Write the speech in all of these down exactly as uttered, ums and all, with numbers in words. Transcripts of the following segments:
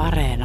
Areena.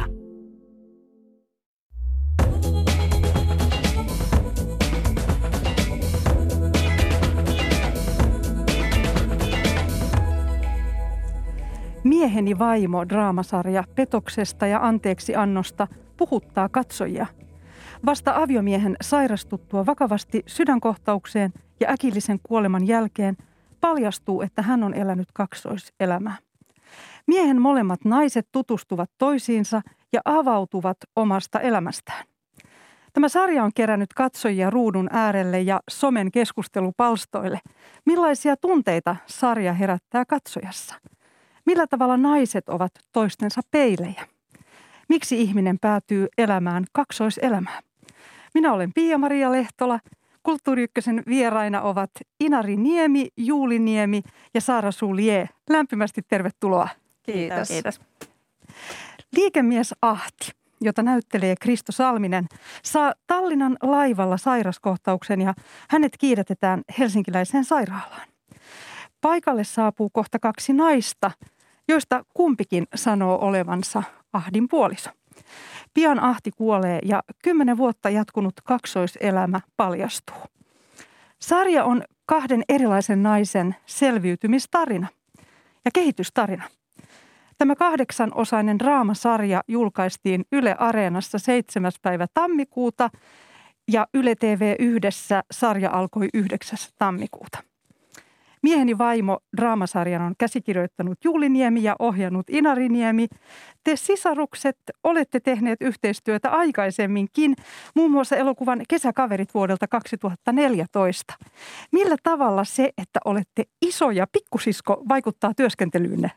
Mieheni vaimo -draamasarja petoksesta ja anteeksiannosta puhuttaa katsojia. Vasta aviomiehen sairastuttua vakavasti sydänkohtaukseen ja äkillisen kuoleman jälkeen paljastuu, että hän on elänyt kaksoiselämää. Miehen molemmat naiset tutustuvat toisiinsa ja avautuvat omasta elämästään. Tämä sarja on kerännyt katsojia ruudun äärelle ja somen keskustelupalstoille. Millaisia tunteita sarja herättää katsojassa? Millä tavalla naiset ovat toistensa peilejä? Miksi ihminen päätyy elämään kaksoiselämää? Minä olen Pia-Maria Lehtola. Kulttuuri Ykkösen vieraina ovat Inari Niemi, Juuli Niemi ja Saara Soulier. Lämpimästi tervetuloa. Kiitos. Kiitos. Liikemies Ahti, jota näyttelee Kristo Salminen, saa Tallinnan laivalla sairaskohtauksen ja hänet kiidätetään helsinkiläiseen sairaalaan. Paikalle saapuu kohta kaksi naista, joista kumpikin sanoo olevansa Ahdin puoliso. Pian Ahti kuolee ja kymmenen vuotta jatkunut kaksoiselämä paljastuu. Sarja on kahden erilaisen naisen selviytymistarina ja kehitystarina. Tämä kahdeksanosainen draamasarja julkaistiin Yle Areenassa seitsemäs päivä tammikuuta ja Yle T V yhdessä sarja alkoi yhdeksäs tammikuuta. Mieheni vaimo -draamasarjan on käsikirjoittanut Juuli Niemi ja ohjannut Inari Niemi. Te sisarukset olette tehneet yhteistyötä aikaisemminkin, muun muassa elokuvan Kesäkaverit vuodelta kaksituhattaneljätoista. Millä tavalla se, että olette iso ja pikkusisko, vaikuttaa työskentelyynne?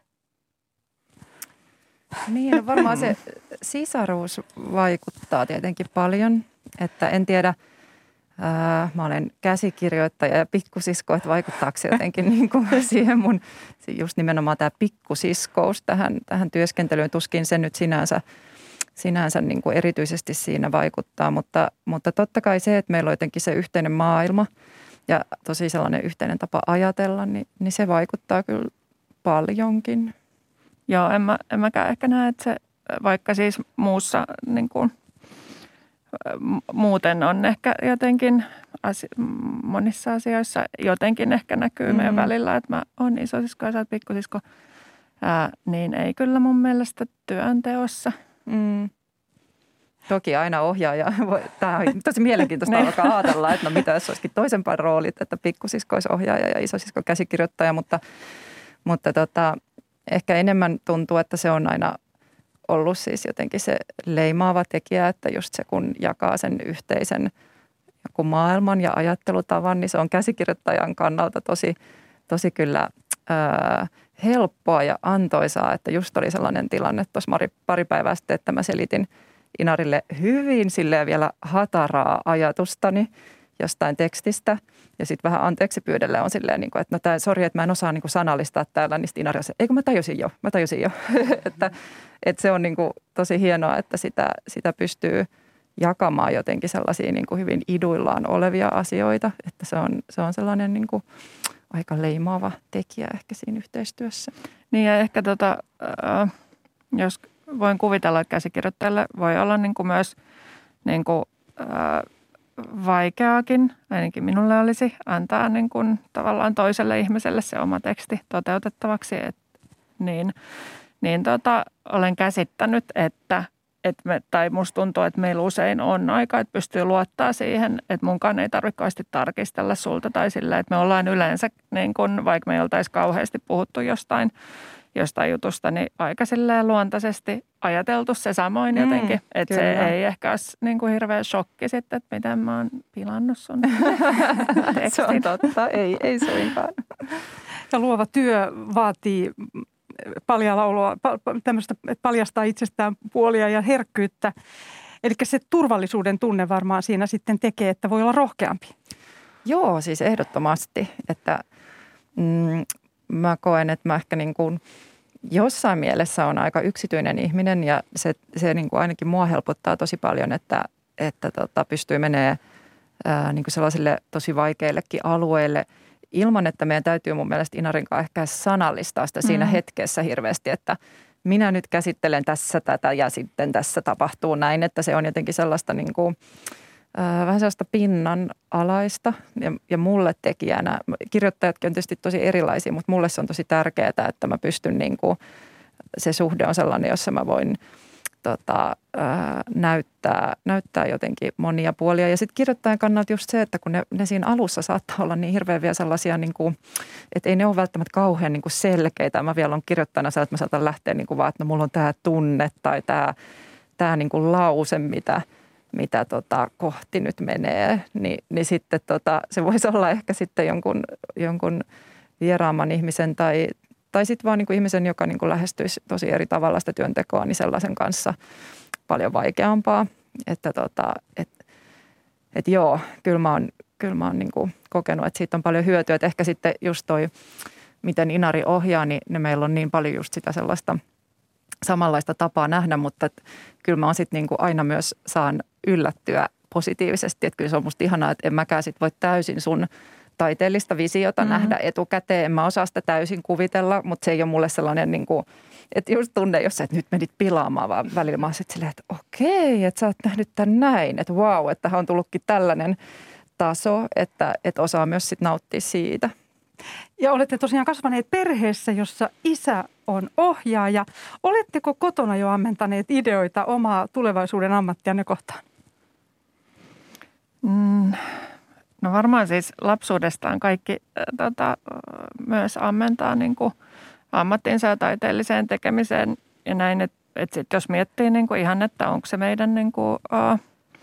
Niin, no varmaan se sisaruus vaikuttaa tietenkin paljon, että en tiedä. Ää, mä olen käsikirjoittaja ja pikkusisko, että vaikuttaako se jotenkin niin kuin siihen mun, just nimenomaan tämä pikkusiskous tähän, tähän työskentelyyn. Tuskin se nyt sinänsä, sinänsä niin kuin erityisesti siinä vaikuttaa, mutta, mutta totta kai se, että meillä on jotenkin se yhteinen maailma ja tosi sellainen yhteinen tapa ajatella, niin, niin se vaikuttaa kyllä paljonkin. Joo, en, mä, en mäkään ehkä näe, että se vaikka siis muussa niin kuin muuten on ehkä jotenkin asio- monissa asioissa jotenkin ehkä näkyy mm-hmm. meidän välillä, että mä oon isosisko ja sä oot pikkusisko, ää, niin ei kyllä mun mielestä työnteossa. Mm. Toki aina ohjaaja, tämä on tosi mielenkiintoista alkaa ajatella, että no mitä jos olisikin toisenpäin roolit, että pikkusisko olisi ohjaaja ja isosisko käsikirjoittaja, mutta, mutta tota, ehkä enemmän tuntuu, että se on aina ollut siis jotenkin se leimaava tekijä, että just se kun jakaa sen yhteisen joku maailman ja ajattelutavan, niin se on käsikirjoittajan kannalta tosi, tosi kyllä ää, helppoa ja antoisaa, että just oli sellainen tilanne tuossa pari päivää sitten, että mä selitin Inarille hyvin silleen vielä hataraa ajatustani jostain tekstistä. Ja sitten vähän anteeksi pyydellä on silleen, niin kuin, että no tämä, sori, että mä en osaa niin kuin sanallistaa täällä, niin sitten Inari on se, eikö mä tajusin jo, mä tajusin jo. että, että se on niin kuin tosi hienoa, että sitä, sitä pystyy jakamaan jotenkin sellaisia niin kuin hyvin iduillaan olevia asioita. Että se on, se on sellainen niin kuin aika leimaava tekijä ehkä siinä yhteistyössä. Niin ja ehkä tota, äh, jos voin kuvitella, että käsikirjoittajalle voi olla niin kuin myös niin kuin, äh, vaikeaakin, ainakin minulle olisi, antaa niin kuin tavallaan toiselle ihmiselle se oma teksti toteutettavaksi. Et, niin niin tota, olen käsittänyt, että, että me, tai musta tuntuu, että meillä usein on aika, että pystyy luottaa siihen, että munkaan ei tarvitse kauheasti tarkistella sulta tai sillä, että me ollaan yleensä, niin kuin, vaikka me ei oltaisi kauheasti puhuttu jostain, jostain jutusta, niin aika silleen luontaisesti ajateltu se samoin jotenkin. Mm, että se ei ehkä olisi niin kuin hirveä shokki sitten, että miten mä oon pilannut sun tekstin. Se on totta, ei, ei suinkaan. Ja luova työ vaatii paljalla oloa, tämmöistä, että paljastaa itsestään puolia ja herkkyyttä. Eli se turvallisuuden tunne varmaan siinä sitten tekee, että voi olla rohkeampi. Joo, siis ehdottomasti, että mm, mä koen, että mä ehkä niin kuin jossain mielessä on aika yksityinen ihminen ja se, se niin kuin ainakin mua helpottaa tosi paljon, että, että tota, pystyy menemään ää, niin kuin sellaisille tosi vaikeillekin alueille ilman, että meidän täytyy mun mielestä Inarin kanssa ehkä sanallistaa sitä siinä mm. hetkessä hirveästi, että minä nyt käsittelen tässä tätä ja sitten tässä tapahtuu näin, että se on jotenkin sellaista niin kuin, äh, vähän sellaista pinnan alaista ja, ja mulle tekijänä, kirjoittajatkin on tietysti tosi erilaisia, mutta mulle se on tosi tärkeää, että mä pystyn niin kuin, se suhde on sellainen, jossa mä voin tota, ää, näyttää, näyttää jotenkin monia puolia. Ja sitten kirjoittajan kannalta just se, että kun ne, ne siinä alussa saattaa olla niin hirveän vielä sellaisia, niin kuin, että ei ne ole välttämättä kauhean niin kuin selkeitä. Mä vielä on kirjoittajana se, että mä saatan lähteä niin kuin vaan, että no, mulla on tämä tunne tai tämä, tämä niin kuin lause, mitä, mitä tota, kohti nyt menee. Ni, niin sitten tota, se voisi olla ehkä sitten jonkun, jonkun vieraamman ihmisen tai Tai sitten vaan niin kuin ihmisen, joka niin kuin lähestyisi tosi eri tavalla sitä työntekoa, niin sellaisen kanssa paljon vaikeampaa. Että tota, et, et joo, kyllä mä oon, kyllä mä oon niin kuin kokenut, että siitä on paljon hyötyä. Että ehkä sitten just toi, miten Inari ohjaa, niin ne meillä on niin paljon just sitä sellaista samanlaista tapaa nähdä. Mutta et, kyllä mä oon sitten niin kuin aina myös saan yllättyä positiivisesti. Että kyllä se on musta ihanaa, että en mäkään sit voi täysin sun taiteellista visiota mm-hmm. nähdä etukäteen. En mä osaa sitä täysin kuvitella, mutta se ei ole mulle sellainen, niin kuin, että just tunne, jos sä et nyt menit pilaamaan, vaan välillä mä oon sitten silleen, että okei, että sä oot nähnyt tämän näin, että vau, että tähän on tullutkin tällainen taso, että, että osaa myös sitten nauttia siitä. Ja olette tosiaan kasvaneet perheessä, jossa isä on ohjaaja. Oletteko kotona jo ammentaneet ideoita omaa tulevaisuuden ammattianne kohtaan? Mm. No varmaan siis lapsuudestaan kaikki äh, tota, myös ammentaa niin kuin ammattinsa ja taiteelliseen tekemiseen ja näin, että et sitten jos miettii niin kuin ihan, että onko se meidän niin kuin, äh,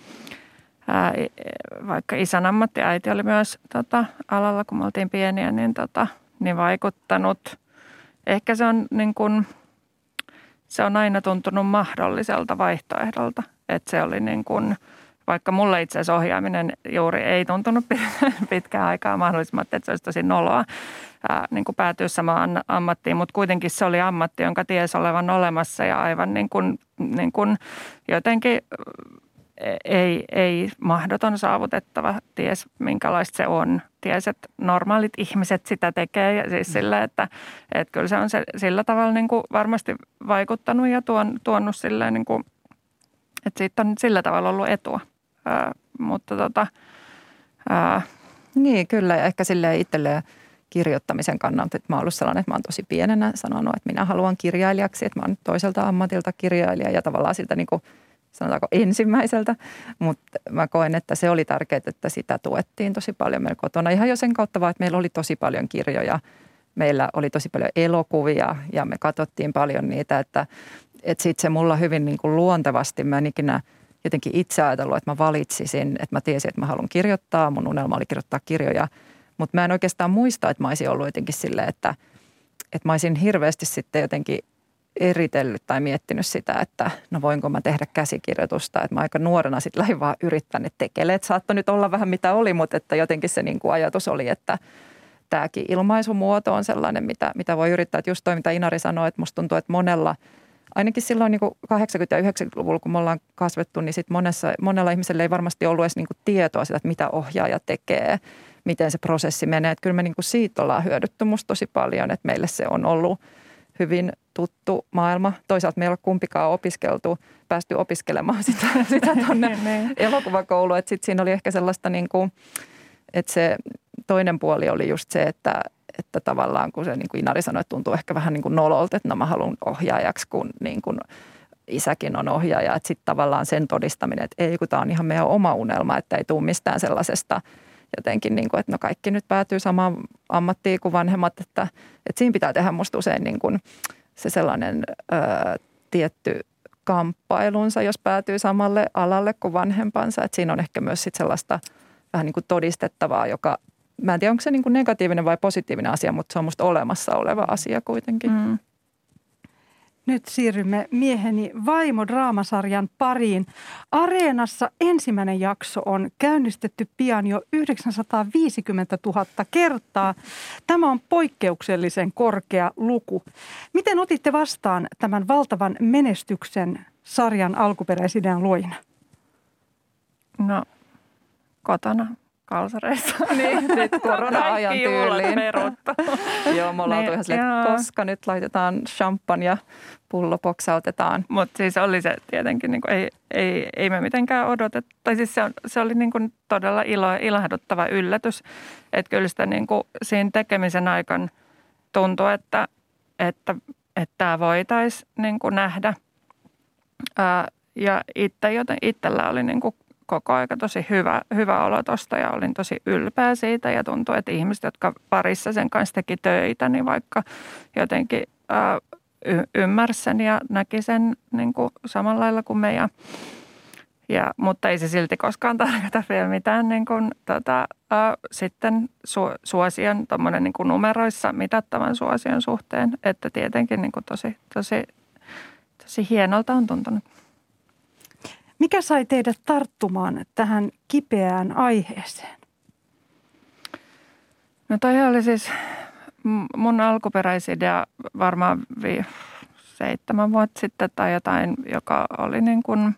äh, vaikka isän ammatti, äiti oli myös tota, alalla, kun me oltiin pieniä, niin, tota, niin vaikuttanut. Ehkä se on, niin kuin, se on aina tuntunut mahdolliselta vaihtoehdolta, että se oli niin kuin, vaikka mulle itse asiassa ohjaaminen juuri ei tuntunut pitkään aikaa mahdollisimman, että se olisi tosi noloa ää, niin kuin päätyä samaan ammattiin, mutta kuitenkin se oli ammatti, jonka tiesi olevan olemassa ja aivan niin kuin, niin kuin jotenkin ei, ei mahdoton saavutettava, ties minkälaista se on. Ties, että normaalit ihmiset sitä tekee ja siis sillä, että, että kyllä se on se, sillä tavalla niin kuin varmasti vaikuttanut ja tuon, tuonut silleen niin kuin, että siitä on sillä tavalla ollut etua. Ää, mutta tota, ää. Niin, kyllä. Ja ehkä silleen itselleen kirjoittamisen kannalta, että mä oon ollut sellainen, että mä oon tosi pienenä sanonut, että minä haluan kirjailijaksi, että mä oon toiselta ammatilta kirjailija ja tavallaan siltä niin kuin sanotaanko ensimmäiseltä, mutta mä koen, että se oli tärkeää, että sitä tuettiin tosi paljon meillä kotona. Ihan jo sen kautta vaan, että meillä oli tosi paljon kirjoja, meillä oli tosi paljon elokuvia ja me katsottiin paljon niitä, että, että sitten se mulla hyvin niin kuin luontevasti, mä en ikinä jotenkin itse ajatellut, että mä valitsisin, että mä tiesin, että mä haluan kirjoittaa, mun unelma oli kirjoittaa kirjoja, mutta mä en oikeastaan muista, että mä olisin ollut jotenkin silleen, että, että mä olisin hirveästi sitten jotenkin eritellyt tai miettinyt sitä, että no voinko mä tehdä käsikirjoitusta. Että mä aika nuorena sitten lähdin vaan yrittänyt tekemään. Että saattoi nyt olla vähän mitä oli, mutta että jotenkin se niin kuin ajatus oli, että tämäkin ilmaisumuoto on sellainen, mitä, mitä voi yrittää. Että just toi, mitä Inari sanoi, että musta tuntuu, että monella, ainakin silloin niin kuin kahdeksankymmentä- ja yhdeksänkymmentäluvulla, kun me ollaan kasvettu, niin sitten monessa, monella ihmisellä ei varmasti ollut edes niin kuin tietoa sitä, että mitä ohjaaja tekee, miten se prosessi menee. Että kyllä me niin kuin siitä ollaan hyödytty musta tosi paljon, että meille se on ollut hyvin tuttu maailma. Toisaalta meillä ei ole kumpikaan opiskeltu, päästy opiskelemaan sitä, sitä tuonne elokuvakouluun. Että sitten siinä oli ehkä sellaista, niin kuin, että se toinen puoli oli just se, että, että tavallaan kun se niin kuin Inari sanoi, että tuntuu ehkä vähän niin kuin nololta, että no mä haluan ohjaajaksi, kun niin kuin isäkin on ohjaaja. Että sitten tavallaan sen todistaminen, että ei kun tämä on ihan meidän oma unelma, että ei tule mistään sellaisesta jotenkin, niin kuin, että no kaikki nyt päätyy samaan ammattiin kuin vanhemmat, että, että siinä pitää tehdä musta usein niin kuin se sellainen ö, tietty kamppailunsa, jos päätyy samalle alalle kuin vanhempansa. Että siinä on ehkä myös sit sellaista vähän niin kuin todistettavaa, joka, mä en tiedä onko se niin kuin negatiivinen vai positiivinen asia, mutta se on musta olemassa oleva asia kuitenkin. Mm. Nyt siirrymme Mieheni vaimo -draamasarjan pariin. Areenassa ensimmäinen jakso on käynnistetty pian jo yhdeksänsataaviisikymmentätuhatta kertaa. Tämä on poikkeuksellisen korkea luku. Miten otitte vastaan tämän valtavan menestyksen sarjan alkuperäisidean luojina? No kotona kalsareissa. Niin, nyt korona-ajan tyyliin. peruttu. Joo, me ollaan Niin, ihan silleen, että koska nyt laitetaan champagne, pullo poksautetaan. Mutta siis oli se tietenkin, niin kuin, ei, ei, ei me mitenkään odotettu. Tai siis se, se oli niin kuin todella ilo, ilahduttava yllätys. Että kyllä sitä niin kuin siinä tekemisen aikana tuntui, että että että tämä voitaisiin niin kuin nähdä. Ää, ja itse, joten itsellä oli niin kuin koko aika tosi hyvä, hyvä olo tosta ja olin tosi ylpeä siitä. Ja tuntui, että ihmiset, jotka parissa sen kanssa teki töitä, niin vaikka jotenkin ää, y- ymmärsi sen ja näki sen niin kuin samalla lailla kuin me. Ja, ja, mutta ei se silti koskaan tarkoita vielä mitään niin kuin, tota, ää, sitten su- suosion, niin kuin numeroissa mitattavan suosion suhteen. Että tietenkin niin kuin tosi, tosi, tosi hienolta on tuntunut. Mikä sai teidät tarttumaan tähän kipeään aiheeseen? No toi oli siis mun alkuperäisidea varmaan vi- seitsemän vuotta sitten tai jotain, joka oli niin kuin,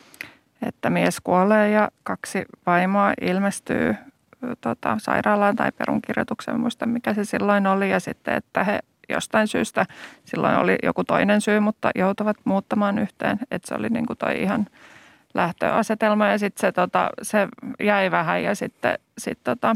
että mies kuolee ja kaksi vaimoa ilmestyy tota, sairaalaan tai perunkirjoitukseen, muista mikä se silloin oli. Ja sitten, että he jostain syystä, silloin oli joku toinen syy, mutta joutuvat muuttamaan yhteen. Että se oli niin kuin toi ihan lähtöasetelma ja sitten se, tota, se jäi vähän ja sitten sit, tota,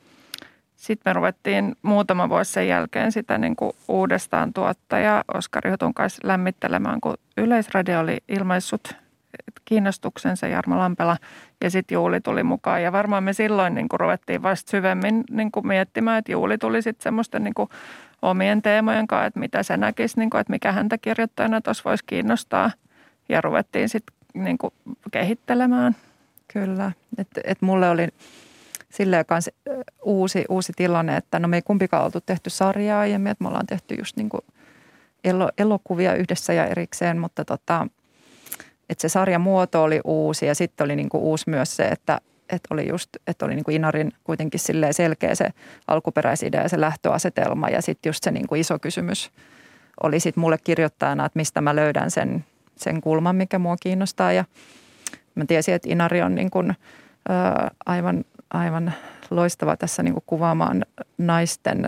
sit me ruvettiin muutama vuosi sen jälkeen sitä niin kuin uudestaan tuottaja Oskari Hutun kanssa lämmittelemään, kun Yleisradio oli ilmaissut kiinnostuksensa Jarmo Lampela ja sitten Juuli tuli mukaan. Ja varmaan me silloin niin kuin ruvettiin vasta syvemmin niin kuin miettimään, että Juuli tuli sitten semmoisten niin kuin omien teemojen kanssa, että mitä se näkisi, niin kuin, että mikä häntä kirjoittajana tuossa voisi kiinnostaa. Ja ruvettiin sitten niin kuin kehittelemään. Kyllä, että et mulle oli silleen kanssa uusi, uusi tilanne, että no me ei kumpikaan oltu tehty sarjaa aiemmin, että me ollaan tehty just niin kuin elo, elokuvia yhdessä ja erikseen, mutta tota, että se sarjan muoto oli uusi ja sitten oli niin kuin uusi myös se, että, että oli just, että oli niin kuin Inarin kuitenkin silleen selkeä se alkuperäisidea ja se lähtöasetelma ja sitten just se niin kuin iso kysymys oli sitten mulle kirjoittajana, että mistä mä löydän sen, sen kulman, mikä mua kiinnostaa ja mä tiesin, että Inari on niin kuin, ää, aivan, aivan loistava tässä niin kuin kuvaamaan naisten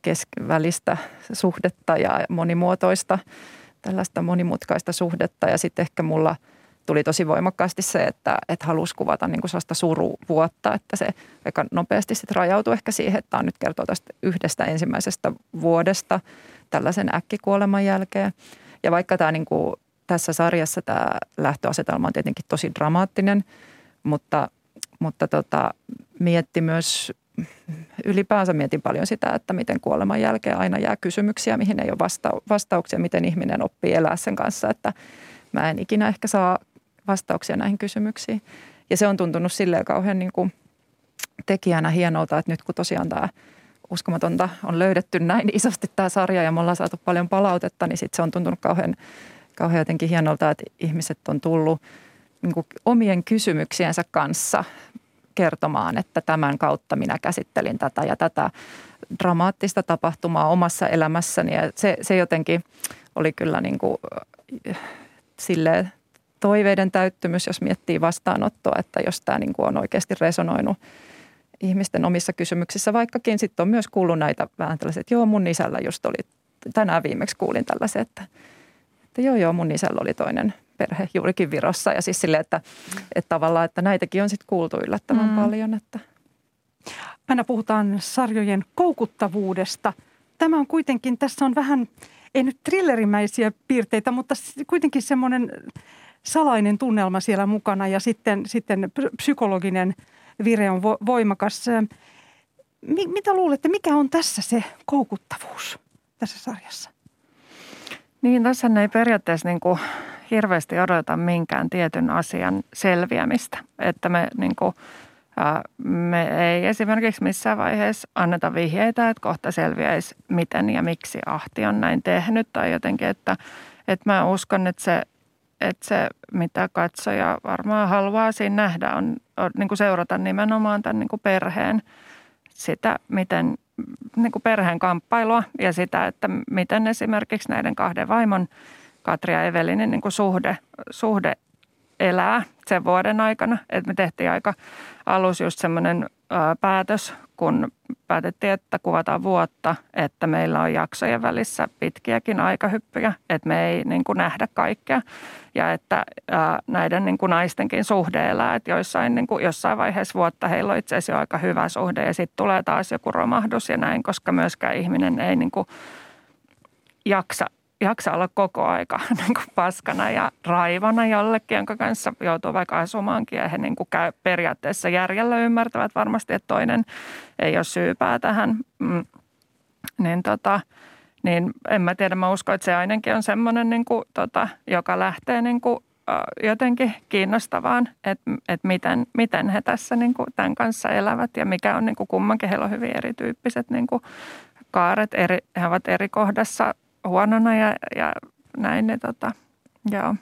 välistä suhdetta ja monimuotoista, tällaista monimutkaista suhdetta. Ja sitten ehkä mulla tuli tosi voimakkaasti se, että, että halusi kuvata niin kuin sellaista suruvuotta, että se aika nopeasti sitten rajautui ehkä siihen, että tämä nyt kertoo tästä yhdestä ensimmäisestä vuodesta tällaisen äkkikuoleman jälkeen. Ja vaikka tämä niin kuin tässä sarjassa tämä lähtöasetelma on tietenkin tosi dramaattinen, mutta, mutta tota, mietti myös, ylipäänsä mietin paljon sitä, että miten kuoleman jälkeen aina jää kysymyksiä, mihin ei ole vasta- vastauksia, miten ihminen oppii elää sen kanssa, että mä en ikinä ehkä saa vastauksia näihin kysymyksiin. Ja se on tuntunut silleen kauhean niin kuin tekijänä hienolta, että nyt kun tosiaan tämä uskomatonta on löydetty näin isosti tämä sarja ja me ollaan saatu paljon palautetta, niin sitten se on tuntunut kauhean Kauhean jotenkin hienolta, että ihmiset on tullut niin kuin omien kysymyksiensä kanssa kertomaan, että tämän kautta minä käsittelin tätä ja tätä dramaattista tapahtumaa omassa elämässäni. Ja se, se jotenkin oli kyllä niin kuin, silleen toiveiden täyttymys, jos miettii vastaanottoa, että jos tämä niin kuin on oikeasti resonoinut ihmisten omissa kysymyksissä, vaikkakin sitten on myös kuullut näitä vähän tällaiset, että joo mun isällä just oli, tänään viimeksi kuulin tällaisen, että Että joo, joo, mun isällä oli toinen perhe juurikin Virossa ja siis silleen, että, että tavallaan, että näitäkin on sitten kuultu yllättävän mm. paljon. Että. Aina puhutaan sarjojen koukuttavuudesta. Tämä on kuitenkin, tässä on vähän, ei nyt thrillerimäisiä piirteitä, mutta kuitenkin semmoinen salainen tunnelma siellä mukana ja sitten, sitten psykologinen vire on vo, voimakas. Mitä luulette, mikä on tässä se koukuttavuus tässä sarjassa? Niin, tässä ei periaatteessa niin kuin hirveästi odota minkään tietyn asian selviämistä. Että me, niin kuin, me ei esimerkiksi missään vaiheessa anneta vihjeitä, että kohta selviäisi miten ja miksi Ahti on näin tehnyt. Tai jotenkin, että, että mä uskon, että se, että se mitä katsoja varmaan haluaa siinä nähdä on, on niin kuin seurata nimenomaan tämän niin kuin perheen sitä, miten niin kuin perheen kamppailua ja sitä, että miten esimerkiksi näiden kahden vaimon, Katri ja Evelinin niin kuin suhde, suhde elää sen vuoden aikana. Et me tehtiin aika alussa just semmoinen päätös, kun päätettiin, että kuvataan vuotta, että meillä on jaksojen välissä pitkiäkin aikahyppyjä, että me ei niin kuin nähdä kaikkea ja että ää, näiden niin kuin naistenkin suhde elää, että joissain, niin kuin, jossain vaiheessa vuotta heillä on itse asiassa jo aika hyvä suhde ja sitten tulee taas joku romahdus ja näin, koska myöskään ihminen ei niin kuin jaksa, jaksa olla koko aika niin kuin paskana ja raivana jollekin, jonka kanssa joutuu vaikka asumaankin ja he niin kuin käy periaatteessa järjellä ymmärtävät varmasti, että toinen ei ole syypää tähän. Mm. Niin, tota, niin en mä tiedä, mä uskon, että se ainakin on semmoinen, niin kuin, tota, joka lähtee niin kuin, jotenkin kiinnostavaan, että, että miten, miten he tässä niin kuin tämän kanssa elävät ja mikä on niin kuin kummankin, heillä on hyvin erityyppiset niin kuin kaaret, eri, he ovat eri kohdassa huonona ja, ja näin. Niin tota, joo.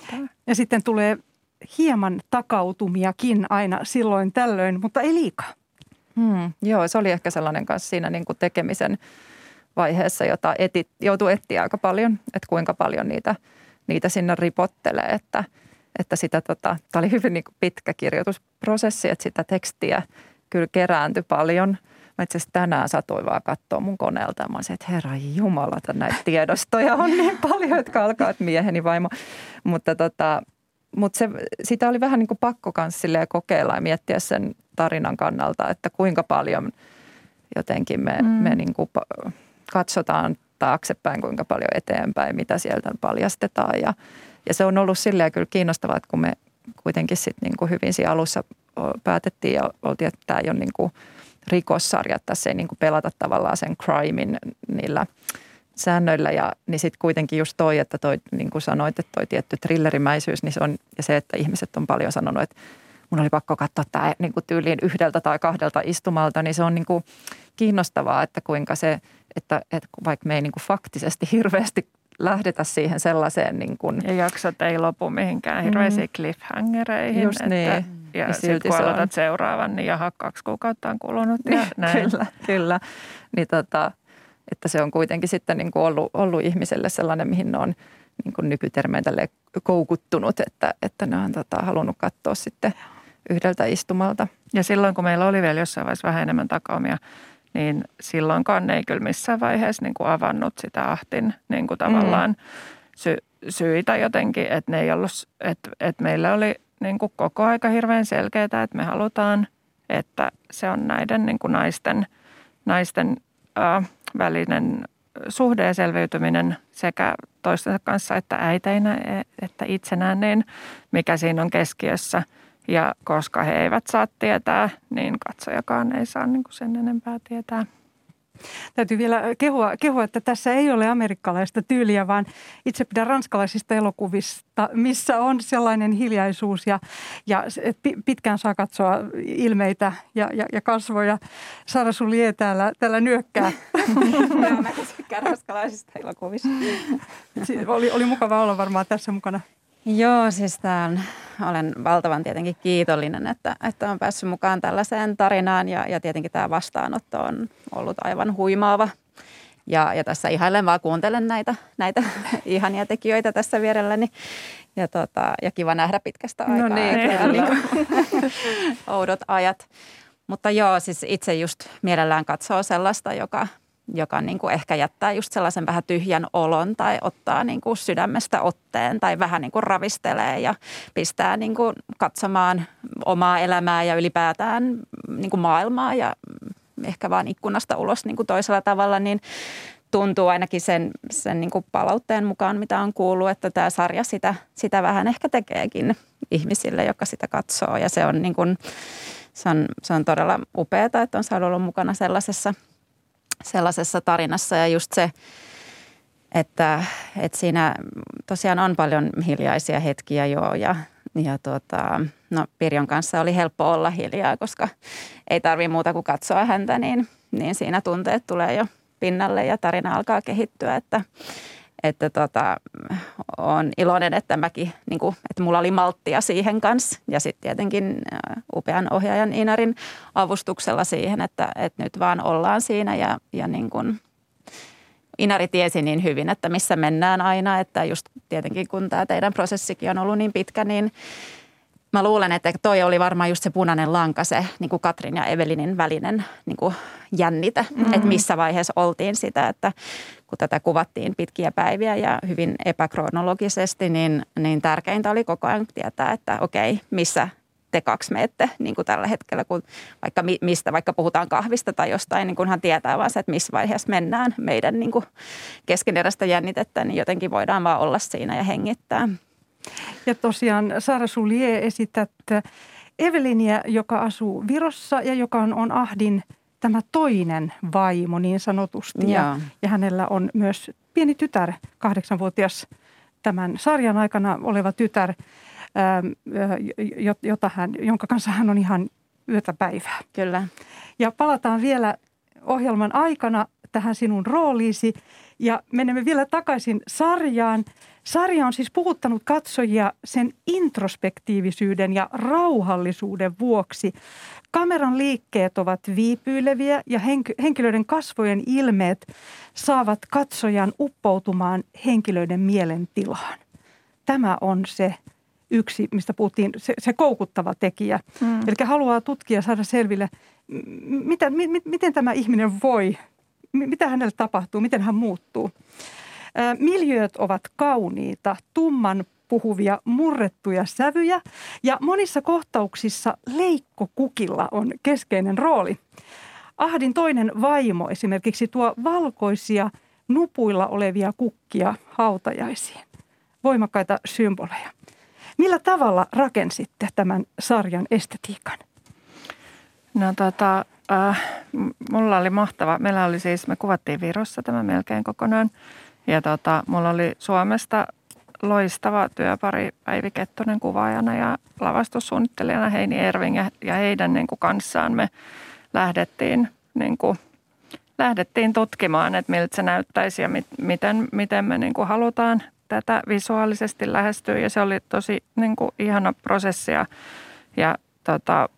Ja sitten tulee hieman takautumiakin aina silloin tällöin, mutta ei liikaa. Hmm, joo, se oli ehkä sellainen kanssa siinä niin kuin tekemisen vaiheessa, jota eti, joutui etsiä aika paljon, että kuinka paljon niitä, niitä sinne ripottelee, että, että sitä tota, tämä oli hyvin niin kuin pitkä kirjoitusprosessi, että sitä tekstiä kyllä kerääntyi paljon. Mä itse asiassa tänään satuin vaan katsoa mun koneelta ja mä olisin, että herra jumala, näitä tiedostoja on niin paljon, jotka alkaa, että mieheni vaimo. Mutta, tota, mutta se, sitä oli vähän niin kuin pakko kanssa kokeilla ja miettiä sen tarinan kannalta, että kuinka paljon jotenkin me, mm. me niin kuin katsotaan taaksepäin, kuinka paljon eteenpäin, mitä sieltä paljastetaan. Ja, ja se on ollut silleen kyllä kiinnostavaa, että kun me kuitenkin sitten niin kuin hyvin siinä alussa päätettiin ja oltiin, että tämä ei ole niin kuin rikossarjat, tässä ei niin kuin pelata tavallaan sen crimein niillä säännöillä. Ja niin sitten kuitenkin just toi, että toi, niin kuin sanoit, että toi tietty thrillerimäisyys, niin se on, ja se, että ihmiset on paljon sanonut, että mun oli pakko katsoa tämä niin kuin tyyliin yhdeltä tai kahdelta istumalta, niin se on niin kuin kiinnostavaa, että kuinka se, että, että vaikka me ei niin kuin faktisesti hirveästi lähdetä siihen sellaiseen niin kuin. Ja jaksot ei lopu mihinkään hirveisiin mm. cliffhangereihin. Just että, niin. Ja, ja sitten kun aloitat seuraavan, niin jaha, kaksi kuukautta on kulunut ja näin. Kyllä, kyllä. Niin tota, että se on kuitenkin sitten niin kuin ollut, ollut ihmiselle sellainen, mihin ne on niin kuin nykytermein koukuttunut, että, että ne on tota, halunnut katsoa sitten yhdeltä istumalta. Ja silloin, kun meillä oli vielä jossain vaiheessa vähän enemmän takaumia, niin silloinkaan ne ei kyllä missään vaiheessa niin kuin avannut sitä Ahtin niin kuin tavallaan mm. sy- syitä jotenkin, että ne ei ollut, että, että meillä oli niin kuin koko aika hirveän selkeää, että me halutaan, että se on näiden niin kuin naisten, naisten äh, välinen suhde ja selviytyminen sekä toistensa kanssa että äiteinä, että itsenään, niin mikä siinä on keskiössä. Ja koska he eivät saa tietää, niin katsojakaan ei saa niin kuin sen enempää tietää. Täytyy vielä kehua, kehua, että tässä ei ole amerikkalaista tyyliä, vaan itse pidän ranskalaisista elokuvista, missä on sellainen hiljaisuus ja, ja pitkään saa katsoa ilmeitä ja, ja, ja kasvoja. Sara Sulje täällä, täällä nyökkää. Joo, mä tykkään ranskalaisista elokuvista. Oli, oli mukava olla varmaan tässä mukana. Joo, siis tämän, olen valtavan tietenkin kiitollinen, että, että olen päässyt mukaan tällaiseen tarinaan ja, ja tietenkin tämä vastaanotto on ollut aivan huimaava. Ja, ja tässä ihailen vaan kuuntelen näitä, näitä ihania tekijöitä tässä vierelläni ja, tota, ja kiva nähdä pitkästä aikaa. No niin, kyllä. Oudot ajat. Mutta joo, siis itse just mielellään katsoo sellaista, joka... joka niin kuin ehkä jättää just sellaisen vähän tyhjän olon tai ottaa niin kuin sydämestä otteen tai vähän niin kuin ravistelee ja pistää niin kuin katsomaan omaa elämää ja ylipäätään niin kuin maailmaa ja ehkä vaan ikkunasta ulos niin kuin toisella tavalla, niin tuntuu ainakin sen, sen niin kuin palautteen mukaan, mitä on kuullut, että tämä sarja sitä, sitä vähän ehkä tekeekin ihmisille, jotka sitä katsoo ja se on, niin kuin, se on, se on todella upeaa, että on saanut olla mukana sellaisessa sellaisessa tarinassa ja just se, että, että siinä tosiaan on paljon hiljaisia hetkiä joo ja, ja tuota, no Pirjon kanssa oli helppo olla hiljaa, koska ei tarvitse muuta kuin katsoa häntä, niin, niin siinä tunteet tulee jo pinnalle ja tarina alkaa kehittyä, että, että tota, olen iloinen, että mäkin, niin kuin, että mulla oli malttia siihen kanssa ja sitten tietenkin upean ohjaajan Inarin avustuksella siihen, että, että nyt vaan ollaan siinä ja, ja niin kuin Inari tiesi niin hyvin, että missä mennään aina, että just tietenkin kun tämä teidän prosessikin on ollut niin pitkä, niin mä luulen, että toi oli varmaan just se punainen lanka, se niin kuin Katrin ja Evelinin välinen niin kuin jännite, mm-hmm. että missä vaiheessa oltiin sitä, että kun tätä kuvattiin pitkiä päiviä ja hyvin epäkronologisesti, niin, niin tärkeintä oli koko ajan tietää, että okei, missä te kaksi menette niin kuin tällä hetkellä, kun vaikka mistä, vaikka puhutaan kahvista tai jostain, niin kunhan tietää vaan se, että missä vaiheessa mennään meidän niin kuin keskeneräistä jännitettä, niin jotenkin voidaan vaan olla siinä ja hengittää. Ja tosiaan Saara Soulier esität Evelinia, joka asuu Virossa ja joka on, on Ahdin tämä toinen vaimo niin sanotusti. Ja, ja hänellä on myös pieni tytär, kahdeksanvuotias tämän sarjan aikana oleva tytär, jota hän, jonka kanssa hän on ihan yötä päivää. Kyllä. Ja palataan vielä ohjelman aikana tähän sinun rooliisi ja menemme vielä takaisin sarjaan. Sarja on siis puhuttanut katsojia sen introspektiivisyyden ja rauhallisuuden vuoksi. Kameran liikkeet ovat viipyileviä ja henkilöiden kasvojen ilmeet saavat katsojan uppoutumaan henkilöiden mielentilaan. Tämä on se yksi, mistä puhuttiin, se, se koukuttava tekijä. Mm. Eli haluaa tutkia, saada selville, mitä, mi, miten tämä ihminen voi, mitä hänelle tapahtuu, miten hän muuttuu. Miljööt ovat kauniita, tumman puhuvia, murrettuja sävyjä ja monissa kohtauksissa leikkokukilla on keskeinen rooli. Ahdin toinen vaimo esimerkiksi tuo valkoisia nupuilla olevia kukkia hautajaisiin. Voimakkaita symboleja. Millä tavalla rakensitte tämän sarjan estetiikan? No tota, äh, mulla oli mahtava. Meillä oli siis, me kuvattiin Virossa tämä melkein kokonaan. Ja tota, mulla oli Suomesta loistava työpari Päivi Kettunen kuvaajana ja lavastussuunnittelijana Heini Erving ja, ja heidän niin kuin kanssaan me lähdettiin, niin kuin, lähdettiin tutkimaan, että miltä se näyttäisi ja mit, miten, miten me niin kuin halutaan tätä visuaalisesti lähestyä. Ja se oli tosi niin kuin ihana prosessi ja, ja tota,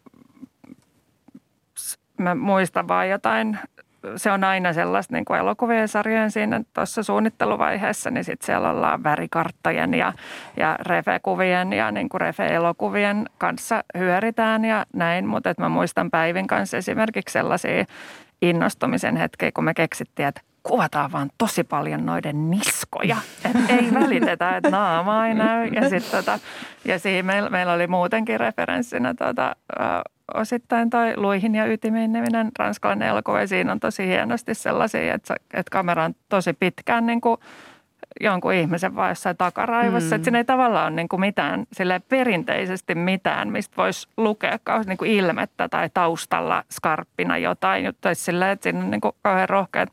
mä muistan vaan jotain. Se on aina sellaista niin kuin elokuvien sarjojen siinä tuossa suunnitteluvaiheessa, niin sitten siellä ollaan värikarttojen ja, ja refe-kuvien ja niin kuin refe-elokuvien kanssa hyöritään ja näin. Mutta mä muistan Päivin kanssa esimerkiksi sellaisia innostumisen hetkiä, kun me keksittiin, että kuvataan vaan tosi paljon noiden niskoja. Että ei välitetä, että naama ei näy. Ja sitten tota, ja siinä meillä, meillä oli muutenkin referenssinä tota, osittain toi Luihin ja ytimiin niminen ranskalainen elokuva. Siinä on tosi hienosti sellaisia, että, että kamera on tosi pitkään niin kuin jonkun ihmisen vaan jossain takaraivossa. Mm. Että siinä ei tavallaan ole niin kuin mitään, silleen perinteisesti mitään, mistä voisi lukea niin kuin ilmettä tai taustalla skarppina jotain juttuja. Silleen, että siinä on niin kuin kauhean rohkeat,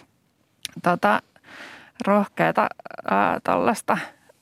tota, rohkeata tuollaista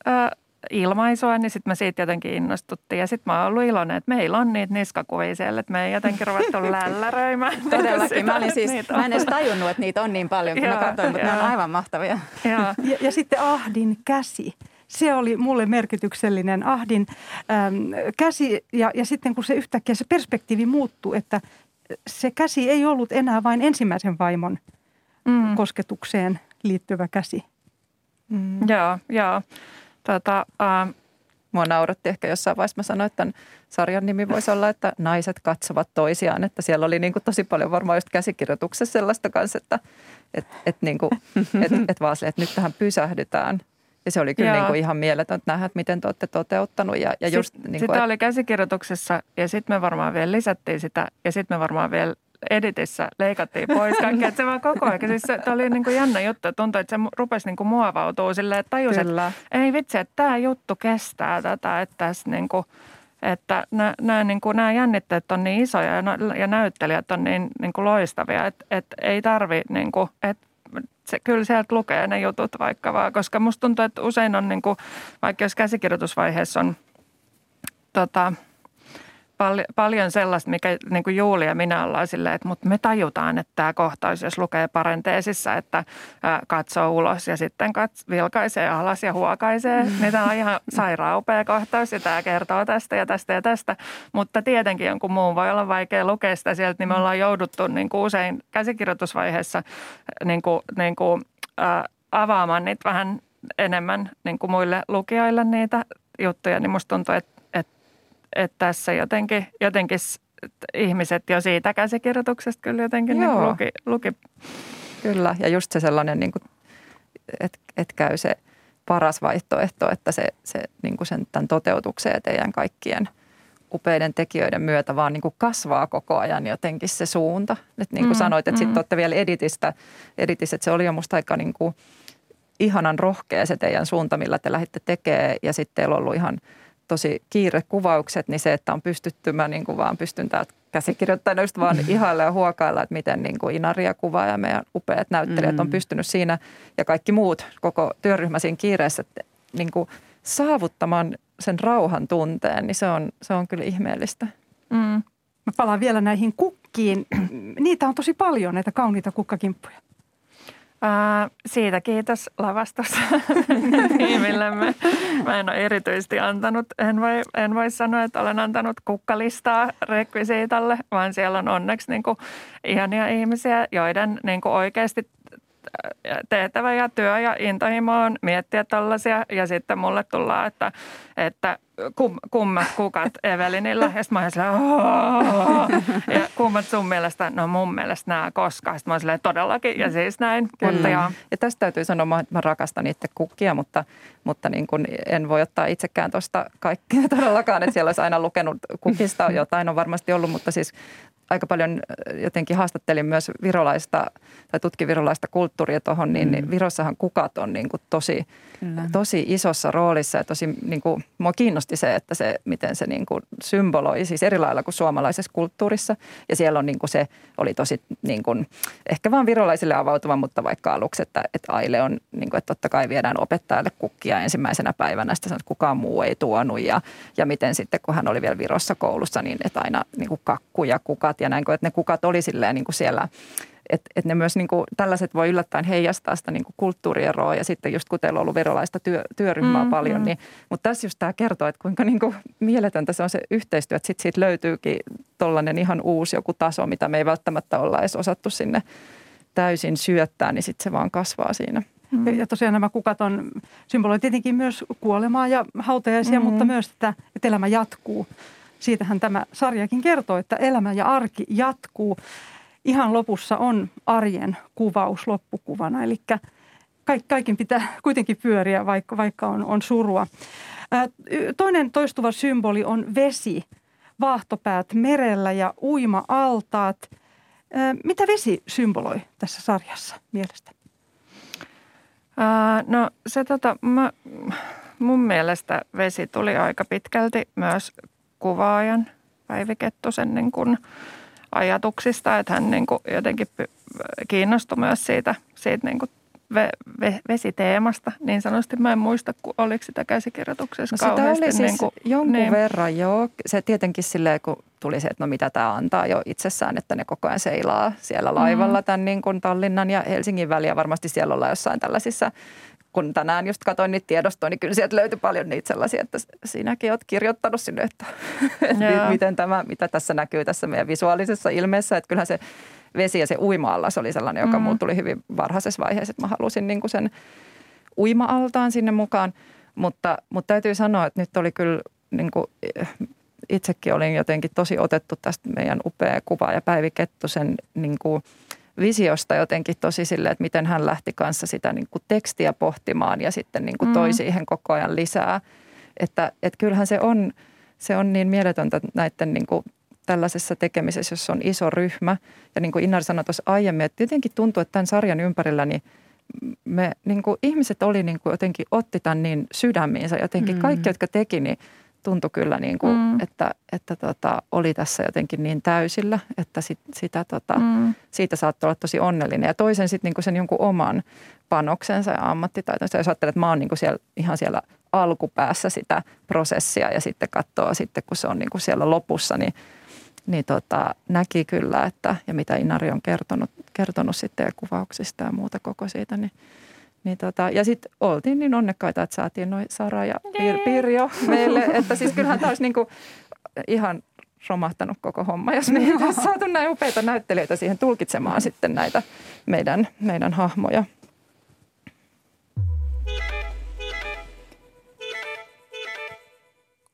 ilmaisua, niin sitten me siitä jotenkin innostuttiin. Ja sitten mä oon ollut iloinen, että meillä on niitä niskakuvia siellä, että me ei jotenkin ruvettu lälläröimään. Todellakin. Mä, olin siis, mä en edes tajunnut, että niitä on niin paljon, kun joo, mä katsoin, mutta joo. Ne on aivan mahtavia. Ja, ja sitten Ahdin käsi. Se oli mulle merkityksellinen. Ahdin äm, käsi ja, ja sitten kun se yhtäkkiä se perspektiivi muuttui, että se käsi ei ollut enää vain ensimmäisen vaimon mm. kosketukseen liittyvä käsi. Mm. Joo, joo. Tota, äh, Mua nauratti ehkä jossain vaiheessa. Mä sanoin, että tämän sarjan nimi voisi olla, että naiset katsovat toisiaan. Että siellä oli niin kuin tosi paljon varmaan just käsikirjoituksessa sellaista kanssa, että et, et niin kuin, et, et vaan sille, että nyt tähän pysähdytään. Ja se oli kyllä niin kuin ihan mieletöntä nähdä, että miten te olette toteuttanut. Ja, ja just, Sit, niin kuin, sitä et... oli käsikirjoituksessa ja sitten me varmaan vielä lisättiin sitä ja sitten me varmaan vielä editissä leikattiin pois kaikkea, että se vaan koko ajan. Siis se oli niin kuin jännä juttu, tuntui, että se rupesi niin kuin muovautua silleen, että tajus, että ei vitsi, että tämä juttu kestää tätä, että tässä niin kuin, että nämä, nämä, niin kuin, nämä jännitteet on niin isoja ja, ja näyttelijät on niin, niin kuin loistavia, että, että ei tarvi niin kuin, että se, kyllä sieltä lukee ne jutut vaikka vaan, koska musta tuntuu, että usein on niin kuin, vaikka jos käsikirjoitusvaiheessa on tota, Pal- paljon sellaista, mikä niin kuin Juuli ja minä ollaan silleen, että mutta me tajutaan, että tämä kohtaus, jos lukee parenteesissä, että ää, katsoo ulos ja sitten kats- vilkaisee alas ja huokaisee, mm. niin tämä on ihan sairaan upea kohtaus ja tämä kertoo tästä ja tästä ja tästä. Mutta tietenkin jonkun muun voi olla vaikea lukea sitä sieltä, niin me ollaan jouduttu niin kuin usein käsikirjoitusvaiheessa niin kuin, niin kuin ää, avaamaan niitä vähän enemmän niin kuin muille lukijoille niitä juttuja, niin musta tuntuu, että, että, että tässä jotenkin, jotenkin ihmiset jo siitä käsikirjoituksesta kyllä jotenkin niin kuin luki, luki. Kyllä, ja just se sellainen, niin kuin, että, että käy se paras vaihtoehto, että se, se niin kuin sen tämän toteutukseen ja teidän kaikkien upeiden tekijöiden myötä vaan niin kuin kasvaa koko ajan jotenkin se suunta. Nyt niin kuin mm, sanoit, että mm. sitten olette vielä editistä, editissä, että se oli jo musta aika niin kuin ihanan rohkea se teidän suunta, millä te lähditte tekemään ja sitten teillä on ollut ihan tosi kiire kuvaukset, niin se, että on pystytty, mä niin kuin vaan pystyn täältä käsikirjoittajana just vaan ihailla ja huokailla, että miten niin kuin Inaria kuvaa ja meidän upeat näyttelijät on pystynyt siinä ja kaikki muut, koko työryhmä siinä kiireessä, että niin kuin saavuttamaan sen rauhan tunteen, niin se on, se on kyllä ihmeellistä. Mm. Mä palaan vielä näihin kukkiin. Niitä on tosi paljon, näitä kauniita kukkakimppuja. Ää, siitä kiitos lavastossa tiimillemme. Mä en ole erityisesti antanut, en voi, en voi sanoa, että olen antanut kukkalistaa rekvisiitalle, vaan siellä on onneksi niin kuin ihania ihmisiä, joiden niin kuin oikeasti tehtävä ja työ ja intohimo on miettiä tällaisia ja sitten mulle tullaan, että, että kum, kummat kukat Evelinillä ja sitten mä oon silleen, ja kummat sun mielestä, no mun mielestä nämä koska. Sitten mä oon silleen todellakin ja siis näin. Mutta ja. ja tästä täytyy sanoa, että mä rakastan itse kukkia, mutta, mutta niin kuin en voi ottaa itsekään tuosta kaikkea todellakaan, että siellä olisi aina lukenut kukista, jotain on varmasti ollut, mutta siis aika paljon jotenkin haastattelin myös virolaista tai tutkin virolaista kulttuuria tuohon, niin mm. Virossahan kukat on niin kuin tosi, tosi isossa roolissa ja tosi niin kuin, mua kiinnosti se, että se, miten se niin kuin symboloi siis eri lailla kuin suomalaisessa kulttuurissa ja siellä on niin kuin se oli tosi niin kuin, ehkä vaan virolaisille avautuva, mutta vaikka aluksi, että, että Aile on niin kuin, että totta kai viedään opettajalle kukkia ensimmäisenä päivänä, sitä sanoo, että kukaan muu ei tuonut ja, ja miten sitten kun hän oli vielä Virossa koulussa, niin että aina niin kuin kakku ja kukat ja näin, että ne kukat oli silleen niin kuin siellä, että, että ne myös niin kuin, tällaiset voi yllättäen heijastaa sitä niin kuin kulttuurieroa ja sitten just kun teillä on ollut virolaista työ, työryhmää mm, paljon, mm. niin, mutta tässä just tämä kertoo, että kuinka niin kuin mieletöntä se on se yhteistyö, että sitten siitä löytyykin tollainen ihan uusi joku taso, mitä me ei välttämättä olla edes osattu sinne täysin syöttää, niin sitten se vaan kasvaa siinä. Mm. Ja tosiaan nämä kukat on symboloi tietenkin myös kuolemaa ja hautajaisia, mm. mutta myös, että, että elämä jatkuu. Siitähän tämä sarjakin kertoo, että elämä ja arki jatkuu. Ihan lopussa on arjen kuvaus loppukuvana, eli kaikin pitää kuitenkin pyöriä, vaikka, vaikka on, on surua. Toinen toistuva symboli on vesi, vaahtopäät merellä ja uima-altaat. Mitä vesi symboloi tässä sarjassa mielestä? Ää, no se tota, mä, mun mielestä vesi tuli aika pitkälti myös kuvaajan Päivi Kettusen niin kuin ajatuksista, että hän niin kuin jotenkin kiinnostui myös siitä, siitä niin kuin ve, ve, vesiteemasta. Niin sanotusti mä en muista, oliko sitä käsikirjoituksessa no kauheasti. Sitä oli siis niin kuin, jonkun niin. verran, joo. Se tietenkin silleen, kun tuli se, että no mitä tämä antaa jo itsessään, että ne koko ajan seilaa siellä laivalla tämän niin kuin Tallinnan ja Helsingin väliä. Varmasti siellä ollaan jossain tällaisissa, kun tänään just katsoin niitä tiedostoja, niin kyllä sieltä löytyi paljon niitä sellaisia, että sinäkin olet kirjoittanut sinne, että, että miten tämä, mitä tässä näkyy tässä meidän visuaalisessa ilmeessä. Että kyllähän se vesi ja se uima-allas oli sellainen, joka mm. mulle tuli hyvin varhaisessa vaiheessa, että mä halusin niin kuin sen uima-altaan sinne mukaan. Mutta, mutta täytyy sanoa, että nyt oli kyllä niin kuin, itsekin olin jotenkin tosi otettu tästä meidän upea kuva ja Päivi Kettusen niin kuin visiosta jotenkin tosi silleen, että miten hän lähti kanssa sitä niin kuin tekstiä pohtimaan ja sitten niin kuin toi mm. siihen koko ajan lisää. Että, että kyllähän se on, se on niin mieletöntä näiden niin kuin tällaisessa tekemisessä, jossa on iso ryhmä. Ja niin kuin Inari sanoi tuossa aiemmin, että jotenkin tuntuu, että tämän sarjan ympärillä niin me niin kuin ihmiset oli niin kuin jotenkin otti tämän niin sydämiinsä. Jotenkin mm. kaikki, jotka teki, niin tuntui kyllä niin kuin, mm. että, että tota, oli tässä jotenkin niin täysillä, että sit, sitä, tota, mm. siitä saattoi olla tosi onnellinen. Ja toisen sitten niin kuin sen jonkun oman panoksensa ja ammattitaitonsa. Jos ajattelet, että mä oon niin kuin siellä, ihan siellä alkupäässä sitä prosessia ja sitten katsoo sitten, kun se on niin kuin siellä lopussa, niin, niin tota, näki kyllä, että ja mitä Inari on kertonut, kertonut sitten ja kuvauksista ja muuta koko siitä, niin Niin tota, ja sitten oltiin niin onnekkaita, että saatiin noin Sara ja Pir- Pirjo meille. Että siis kyllähän tämä olisi niinku ihan romahtanut koko homma, jos me ei olisi saatu näin upeita näyttelijöitä siihen tulkitsemaan sitten näitä meidän, meidän hahmoja.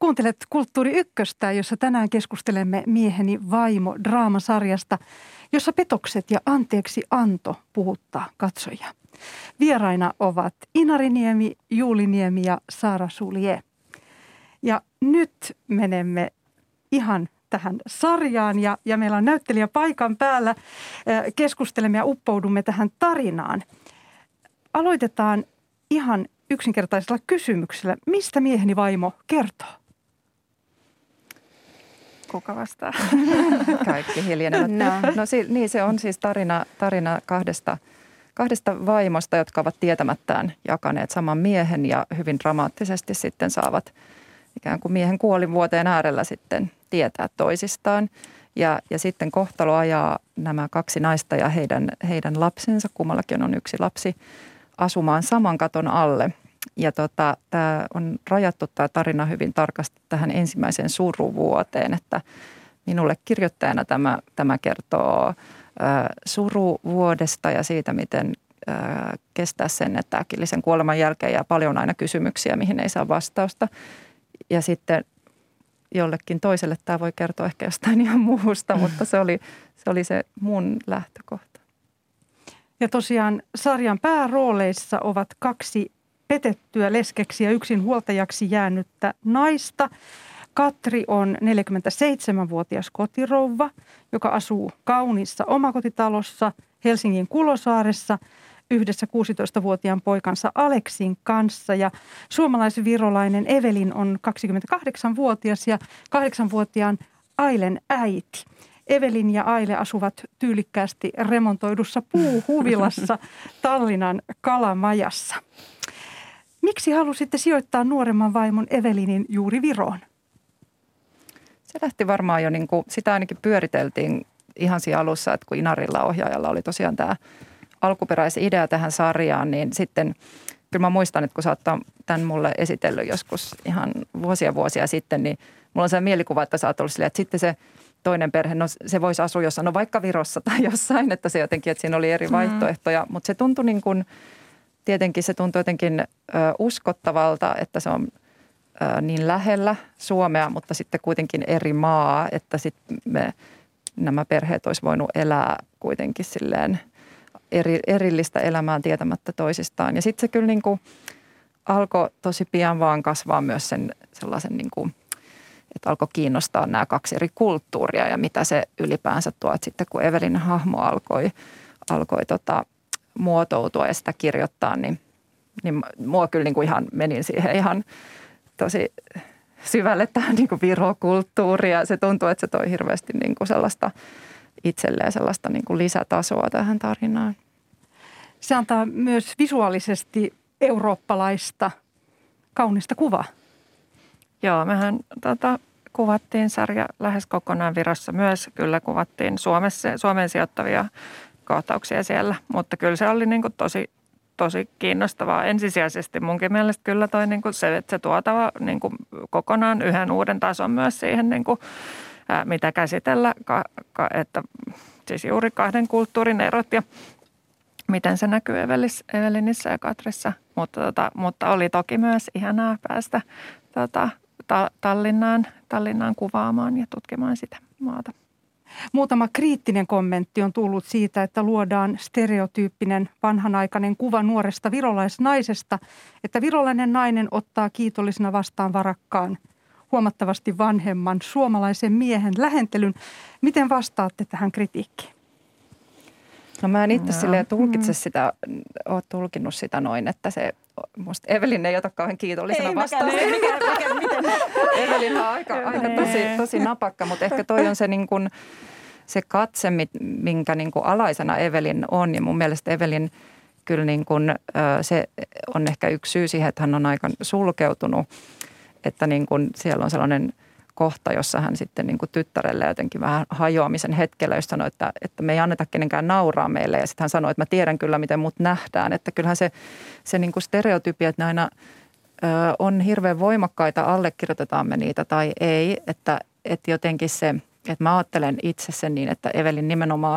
Kuuntelet Kulttuuri Ykköstä, jossa tänään keskustelemme Mieheni vaimo -draamasarjasta, jossa petokset ja anteeksi anto puhuttaa katsojia. Vieraina ovat Inari Niemi, Juuli Niemi ja Saara Sulje. Ja nyt menemme ihan tähän sarjaan ja, ja meillä on näyttelijä paikan päällä. Keskustelemme ja uppoudumme tähän tarinaan. Aloitetaan ihan yksinkertaisella kysymyksellä. Mistä Mieheni vaimo kertoo? Kuka vastaa? Kaikki hiljenevät. No, no niin, se on siis tarina, tarina kahdesta, kahdesta vaimosta, jotka ovat tietämättään jakaneet saman miehen ja hyvin dramaattisesti sitten saavat ikään kuin miehen kuolinvuoteen äärellä sitten tietää toisistaan. Ja, ja sitten kohtalo ajaa nämä kaksi naista ja heidän, heidän lapsensa, kummallakin on yksi lapsi, asumaan saman katon alle. Ja tota, tämä on rajattu tämä tarina hyvin tarkasti tähän ensimmäiseen suruvuoteen, että minulle kirjoittajana tämä, tämä kertoo ä, suruvuodesta ja siitä, miten ä, kestää sen, että äkillisen kuoleman jälkeen jää paljon aina kysymyksiä, mihin ei saa vastausta. Ja sitten jollekin toiselle tämä voi kertoa ehkä jostain ihan muusta, mutta se oli se, oli se mun lähtökohta. Ja tosiaan sarjan päärooleissa ovat kaksi petettyä leskeksi ja yksin huoltajaksi jäänyttä naista. Katri on neljäkymmentäseitsemänvuotias kotirouva, joka asuu kauniissa omakotitalossa Helsingin Kulosaaressa yhdessä kuusitoistavuotiaan poikansa Aleksin kanssa. Ja suomalaisvirolainen Evelin on kaksikymmentäkahdeksanvuotias ja kahdeksanvuotiaan Ailen äiti. Evelin ja Aile asuvat tyylikkäästi remontoidussa puuhuvilassa Tallinnan Kalamajassa. Miksi halusitte sijoittaa nuoremman vaimon Evelinin juuri Viroon? Se lähti varmaan jo, niin kuin, sitä ainakin pyöriteltiin ihan siinä alussa, että kun Inarilla ohjaajalla oli tosiaan tämä alkuperäisen idea tähän sarjaan, niin sitten kyllä mä muistan, että kun sä oot tämän mulle esitellyt joskus ihan vuosia vuosia sitten, niin mulla on se mielikuva, että sä oot ollut silleen, että sitten se toinen perhe, no se voisi asua jossain, no vaikka Virossa tai jossain, että se jotenkin, että siinä oli eri vaihtoehtoja, mm. mutta se tuntui niin kuin, tietenkin se tuntui jotenkin ö, uskottavalta, että se on ö, niin lähellä Suomea, mutta sitten kuitenkin eri maa, että sitten me, nämä perheet olisi voinut elää kuitenkin silleen eri, erillistä elämää tietämättä toisistaan. Ja sitten se kyllä niin kuin alkoi tosi pian vaan kasvaa myös sen sellaisen niin kuin, että alkoi kiinnostaa nämä kaksi eri kulttuuria ja mitä se ylipäänsä tuo. Että sitten kun Evelin hahmo alkoi, alkoi tota, muotoutua ja sitä kirjoittaa, niin, niin mua kyllä niin kuin ihan menin siihen ihan tosi syvälle tähän niin kuin Viro-kulttuuriin. Ja se tuntuu, että se toi hirveästi niin kuin sellaista itselleen sellaista niin kuin lisätasoa tähän tarinaan. Se antaa myös visuaalisesti eurooppalaista kaunista kuvaa. Joo, mehän tota, kuvattiin sarja lähes kokonaan Virossa myös. Kyllä kuvattiin Suomessa, Suomeen sijoittavia kohtauksia siellä, mutta kyllä se oli niin kuin tosi, tosi kiinnostavaa. Ensisijaisesti munkin mielestä kyllä toi niin kuin se, että se tuotava niin kuin kokonaan yhden uuden tason myös siihen, niin kuin, ää, mitä käsitellä, ka, ka, että siis juuri kahden kulttuurin erot ja miten se näkyy Evelis, Evelinissä ja Katrissa. Mutta, tota, mutta oli toki myös ihanaa päästä tota, ta, Tallinnaan, Tallinnaan kuvaamaan ja tutkimaan sitä maata. Muutama kriittinen kommentti on tullut siitä, että luodaan stereotyyppinen vanhanaikainen kuva nuoresta virolaisnaisesta, että virolainen nainen ottaa kiitollisena vastaan varakkaan, huomattavasti vanhemman suomalaisen miehen lähentelyn. Miten vastaatte tähän kritiikkiin? No mä en itse no. silleen tulkitse sitä, oot tulkinnut sitä noin, että se, musta Evelin ei ota kauhean kiitollisena vastaan. Ei mikään, mikään, mikään, Evelin on aika, aika tosi, tosi napakka, mutta ehkä toi on se, niin kuin, se katse, minkä niin kuin alaisena Evelin on. Ja mun mielestä Evelin kyllä niin kuin, se on ehkä yksi syy siihen, että hän on aika sulkeutunut, että niin kuin siellä on sellainen kohta, jossa hän sitten niin kuin tyttärelle jotenkin vähän hajoamisen hetkellä, jos sanoi, että, että me ei anneta kenenkään nauraa meille. Ja sitten hän sanoi, että mä tiedän kyllä, miten mut nähdään. Että kyllähän se, se niin kuin stereotypia, että ne aina ö, on hirveän voimakkaita, allekirjoitetaan me niitä tai ei. Että, että jotenkin se, että mä ajattelen itse sen niin, että Evelin nimenomaan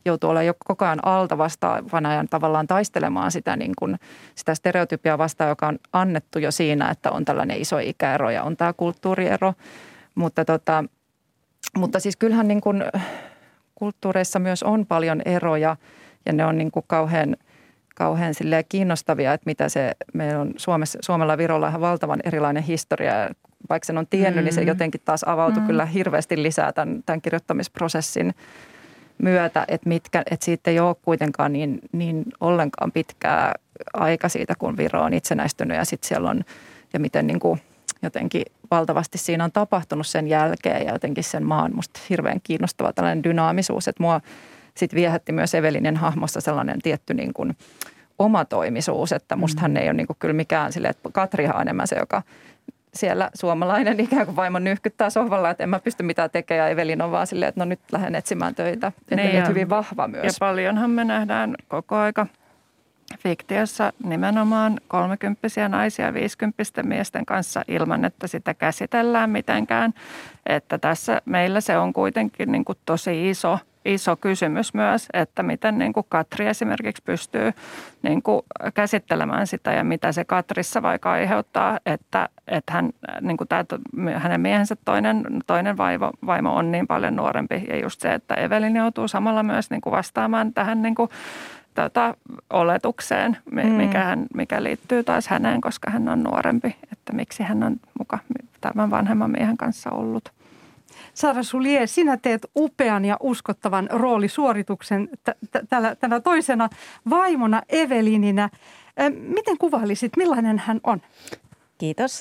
joutuu olemaan jo koko ajan alta vastaavana ja tavallaan taistelemaan sitä, niin kuin, sitä stereotypiaa vastaan, joka on annettu jo siinä, että on tällainen iso ikäero ja on tämä kulttuuriero. Mutta, tota, mutta siis kyllähän niin kuin kulttuureissa myös on paljon eroja ja ne on niin kuin kauhean, kauhean silleen kiinnostavia, että mitä se, meillä on Suomessa, Suomella ja Virolla ihan valtavan erilainen historia. Vaikka sen on tiennyt, mm-hmm. niin se jotenkin taas avautui mm-hmm. kyllä hirveästi lisää tämän, tämän kirjoittamisprosessin myötä, että, mitkä, että siitä ei ole kuitenkaan niin, niin ollenkaan pitkää aika siitä, kun Viro on itsenäistynyt ja sitten siellä on, ja miten niin kuin jotenkin valtavasti siinä on tapahtunut sen jälkeen ja jotenkin sen maan musta hirveän kiinnostava tällainen dynaamisuus, että mua sitten viehätti myös Evelinin hahmossa sellainen tietty niin kuin omatoimisuus, että musta hän ei ole niin kuin kyllä mikään silleen, että Katrihan on enemmän se, joka siellä suomalainen ikään kuin vaimo nyhkyttää sohvalla, että en mä pysty mitään tekemään ja Evelin on vaan silleen, että no nyt lähden etsimään töitä. Että niin on hyvin vahva myös. Ja paljonhan me nähdään koko aika fiktiossa nimenomaan kolmekymppisiä naisia viisikymppisten miesten kanssa ilman, että sitä käsitellään mitenkään. Että tässä meillä se on kuitenkin niin kuin tosi iso, iso kysymys myös, että miten niin kuin Katri esimerkiksi pystyy niin kuin käsittelemään sitä ja mitä se Katrissa vaikka aiheuttaa, että, että hän, niin kuin tämä, hänen miehensä toinen, toinen vaimo, vaimo on niin paljon nuorempi ja just se, että Evelin joutuu samalla myös niin kuin vastaamaan tähän niin kuin Tota, oletukseen, mikä, hän, mikä liittyy taas häneen, koska hän on nuorempi, että miksi hän on muka tämän vanhemman miehen kanssa ollut. Sara Soulier, sinä teet upean ja uskottavan roolisuorituksen t- t- tänä toisena vaimona Evelininä. Miten kuvailisit, millainen hän on? Kiitos.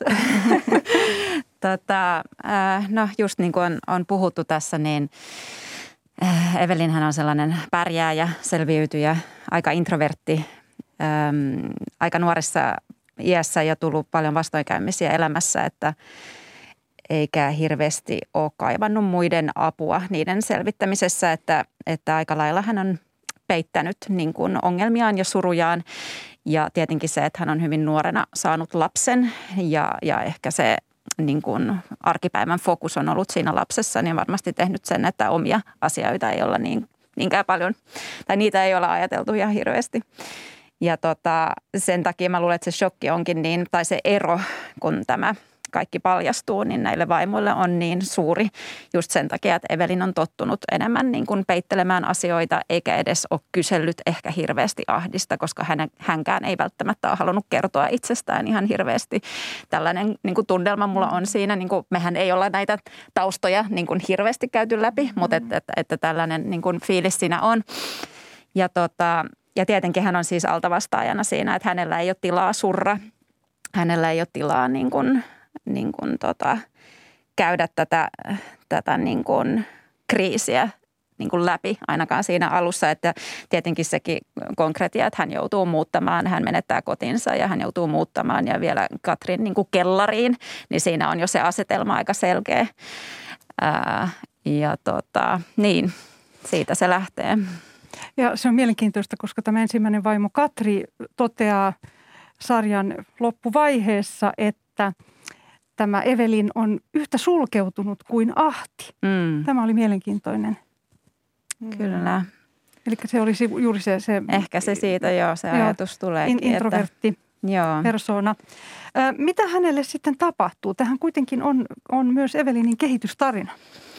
tota, no just niin kuin on, on puhuttu tässä, niin Evelinhän on sellainen pärjääjä, selviytyjä, aika introvertti, äm, aika nuoressa iässä ja tullut paljon vastoinkäymisiä elämässä, että eikä hirveästi ole kaivannut muiden apua niiden selvittämisessä, että, että aika lailla hän on peittänyt niin kuin ongelmiaan ja surujaan. Ja tietenkin se, että hän on hyvin nuorena saanut lapsen ja, ja ehkä se niin kuin arkipäivän fokus on ollut siinä lapsessa, niin varmasti tehnyt sen, että omia asioita ei olla niin, niinkään paljon, tai niitä ei olla ajateltu ihan hirveästi. Ja tota, sen takia mä luulen, että se shokki onkin niin, tai se ero, kun tämä kaikki paljastuu, niin näille vaimoille on niin suuri just sen takia, että Evelin on tottunut enemmän niin kuin peittelemään asioita, eikä edes ole kysellyt ehkä hirveästi ahdista, koska hän, hänkään ei välttämättä ole halunnut kertoa itsestään ihan hirveästi. Tällainen niin kuin tunnelma mulla on siinä, niin kuin mehän ei olla näitä taustoja niin kuin hirveästi käyty läpi, mutta että, että, että tällainen niin kuin fiilis siinä on. Ja, tota, ja tietenkin hän on siis altavastaajana siinä, että hänellä ei ole tilaa surra, hänellä ei ole tilaa niin kuin niin kuin tota, käydä tätä, tätä niin kuin kriisiä niin kuin läpi ainakaan siinä alussa, että tietenkin sekin konkreettia, että hän joutuu muuttamaan, hän menettää kotinsa ja hän joutuu muuttamaan ja vielä Katrin niin kuin kellariin, niin siinä on jo se asetelma aika selkeä. Ää, ja tota, niin, siitä se lähtee. Ja se on mielenkiintoista, koska tämä ensimmäinen vaimo Katri toteaa sarjan loppuvaiheessa, että tämä Evelin on yhtä sulkeutunut kuin Ahti. Mm. Tämä oli mielenkiintoinen. Kyllä. Eli se olisi juuri se... se Ehkä se siitä joo, se joo, ajatus tuleekin. Introvertti että, persona. Ö, mitä hänelle sitten tapahtuu? Tähän kuitenkin on, on myös Evelinin kehitystarina.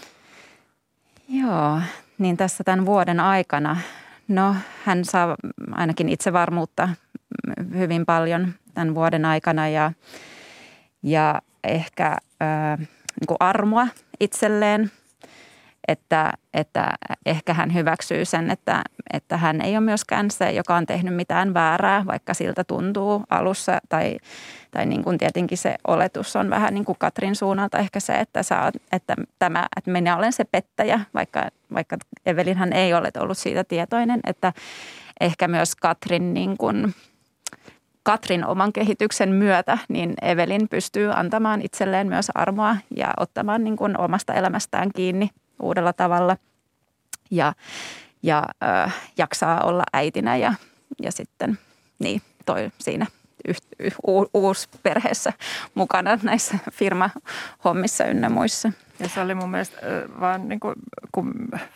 Joo, niin tässä tämän vuoden aikana, no hän saa ainakin itsevarmuutta hyvin paljon tämän vuoden aikana ja, ja ehkä äh, niin kuin armoa itselleen, että, että ehkä hän hyväksyy sen, että, että hän ei ole myöskään se, joka on tehnyt mitään väärää, vaikka siltä tuntuu alussa. Tai, tai niin kuin tietenkin se oletus on vähän niin kuin Katrin suunnalta ehkä se, että, sä oot, että, tämä, että minä olen se pettäjä, vaikka, vaikka Evelinhän ei ole ollut siitä tietoinen, että ehkä myös Katrin niin kuin Katrin oman kehityksen myötä, niin Evelin pystyy antamaan itselleen myös armoa ja ottamaan niin kuin omasta elämästään kiinni uudella tavalla ja, ja äh, jaksaa olla äitinä ja, ja sitten niin, toi siinä yht, y, u, uusi perheessä mukana näissä firmahommissa ynnä muissa. Ja se oli mun mielestä äh, vaan niin kuin, kun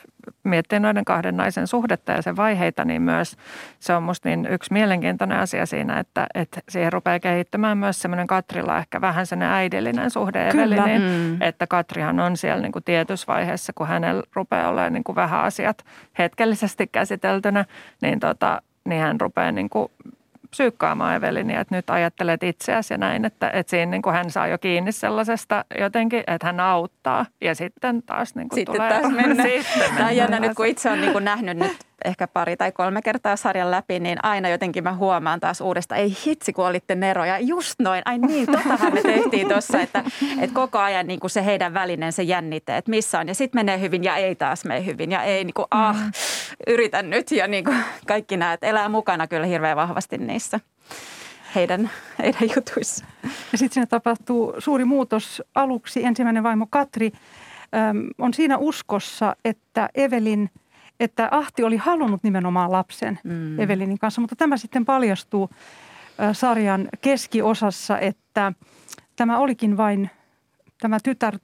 miettii noiden kahden naisen suhdetta ja sen vaiheita, niin myös se on musta niin yksi mielenkiintoinen asia siinä, että, että siihen rupeaa kehittymään myös semmoinen Katrilla ehkä vähän sellainen äidillinen suhde Eveliniin, mm. että Katrihan on siellä niin kuin tietyssä vaiheessa, kun hänellä rupeaa olemaan niin kuin vähän asiat hetkellisesti käsiteltynä, niin, tota, niin hän rupeaa niin kuin psyykkaamaan Evelinia, että nyt ajattelet itseäsi ja näin, että, että siinä niin kuin hän saa jo kiinni sellaisesta jotenkin, että hän auttaa ja sitten taas niin kuin sitten tulee. Taas mennä. Sitten Tämä on jännä nyt, kun itse olen niin kuin nähnyt nyt ehkä pari tai kolme kertaa sarjan läpi, niin aina jotenkin mä huomaan taas uudestaan, ei hitsi kun olitte neroja, just noin, ai niin, totahan me tehtiin tuossa, että, että koko ajan niin kuin se heidän välinen se jännite, että missä on ja sitten menee hyvin ja ei taas mene hyvin ja ei niin kuin ah, yritän nyt ja niin kuin kaikki nämä, että elää mukana kyllä hirveän vahvasti niissä heidän, heidän jutuissa. Ja sitten siinä tapahtuu suuri muutos aluksi. Ensimmäinen vaimo Katri äm, on siinä uskossa, että Evelin, että Ahti oli halunnut nimenomaan lapsen mm. Evelinin kanssa, mutta tämä sitten paljastuu ä, sarjan keskiosassa, että tämä olikin vain, tämä tytär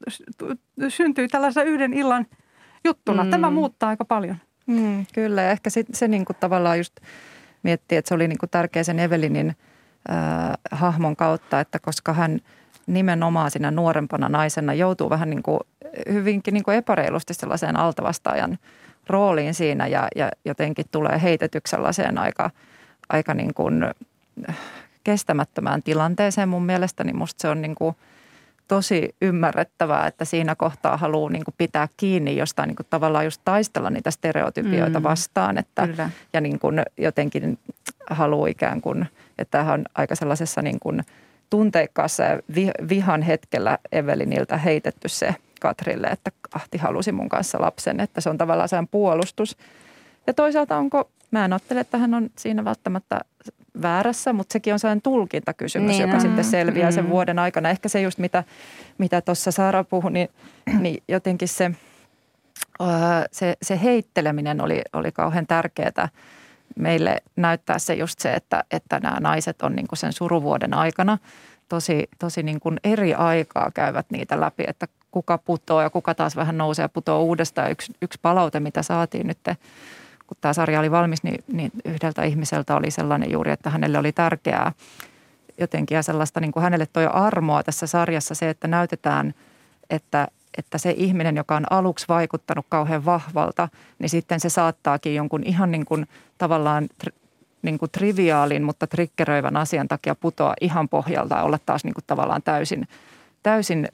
syntyi tällaisen yhden illan juttuna. Mm. Tämä muuttaa aika paljon. Mm, kyllä ja ehkä se, se niin kuin tavallaan just miettii, että se oli niin kuin tärkeä sen Evelinin äh, hahmon kautta, että koska hän nimenomaan siinä nuorempana naisena joutuu vähän niin kuin hyvinkin niin kuin epäreilusti sellaiseen altavastaajan rooliin siinä ja, ja jotenkin tulee heitetyksi sellaiseen aika, aika niin kuin kestämättömään tilanteeseen mun mielestä, niin musta se on niin kuin tosi ymmärrettävää, että siinä kohtaa haluaa niin kuin pitää kiinni jostain niin kuin tavallaan just taistella niitä stereotypioita mm, vastaan. Että, ja niin kuin jotenkin haluaa ikään kuin, että hän on aika sellaisessa niin kuin tunteikkaassa ja vihan hetkellä Eveliniltä heitetty se Katrille, että Ahti halusi mun kanssa lapsen, että se on tavallaan sen puolustus. Ja toisaalta onko, mä en ajattele, että hän on siinä välttämättä väärässä, mutta sekin on sellainen tulkintakysymys, niin, joka no. sitten selviää sen mm. vuoden aikana. Ehkä se just, mitä, mitä tuossa Saara puhui, niin, niin jotenkin se, se, se heitteleminen oli, oli kauhean tärkeää meille näyttää se just se, että, että nämä naiset on niin kuin sen suruvuoden aikana tosi, tosi niin kuin eri aikaa käyvät niitä läpi, että kuka putoo ja kuka taas vähän nousee ja putoo uudestaan. Yksi, yksi palaute, mitä saatiin nyt, kun tämä sarja oli valmis, niin, niin yhdeltä ihmiseltä oli sellainen juuri, että hänelle oli tärkeää jotenkin ja sellaista niin kuin hänelle toi armoa tässä sarjassa se, että näytetään, että, että se ihminen, joka on aluksi vaikuttanut kauhean vahvalta, niin sitten se saattaakin jonkun ihan niin kuin tavallaan niin kuin triviaalin, mutta triggeröivän asian takia putoa ihan pohjalta ja olla taas niin kuin tavallaan täysin, täysin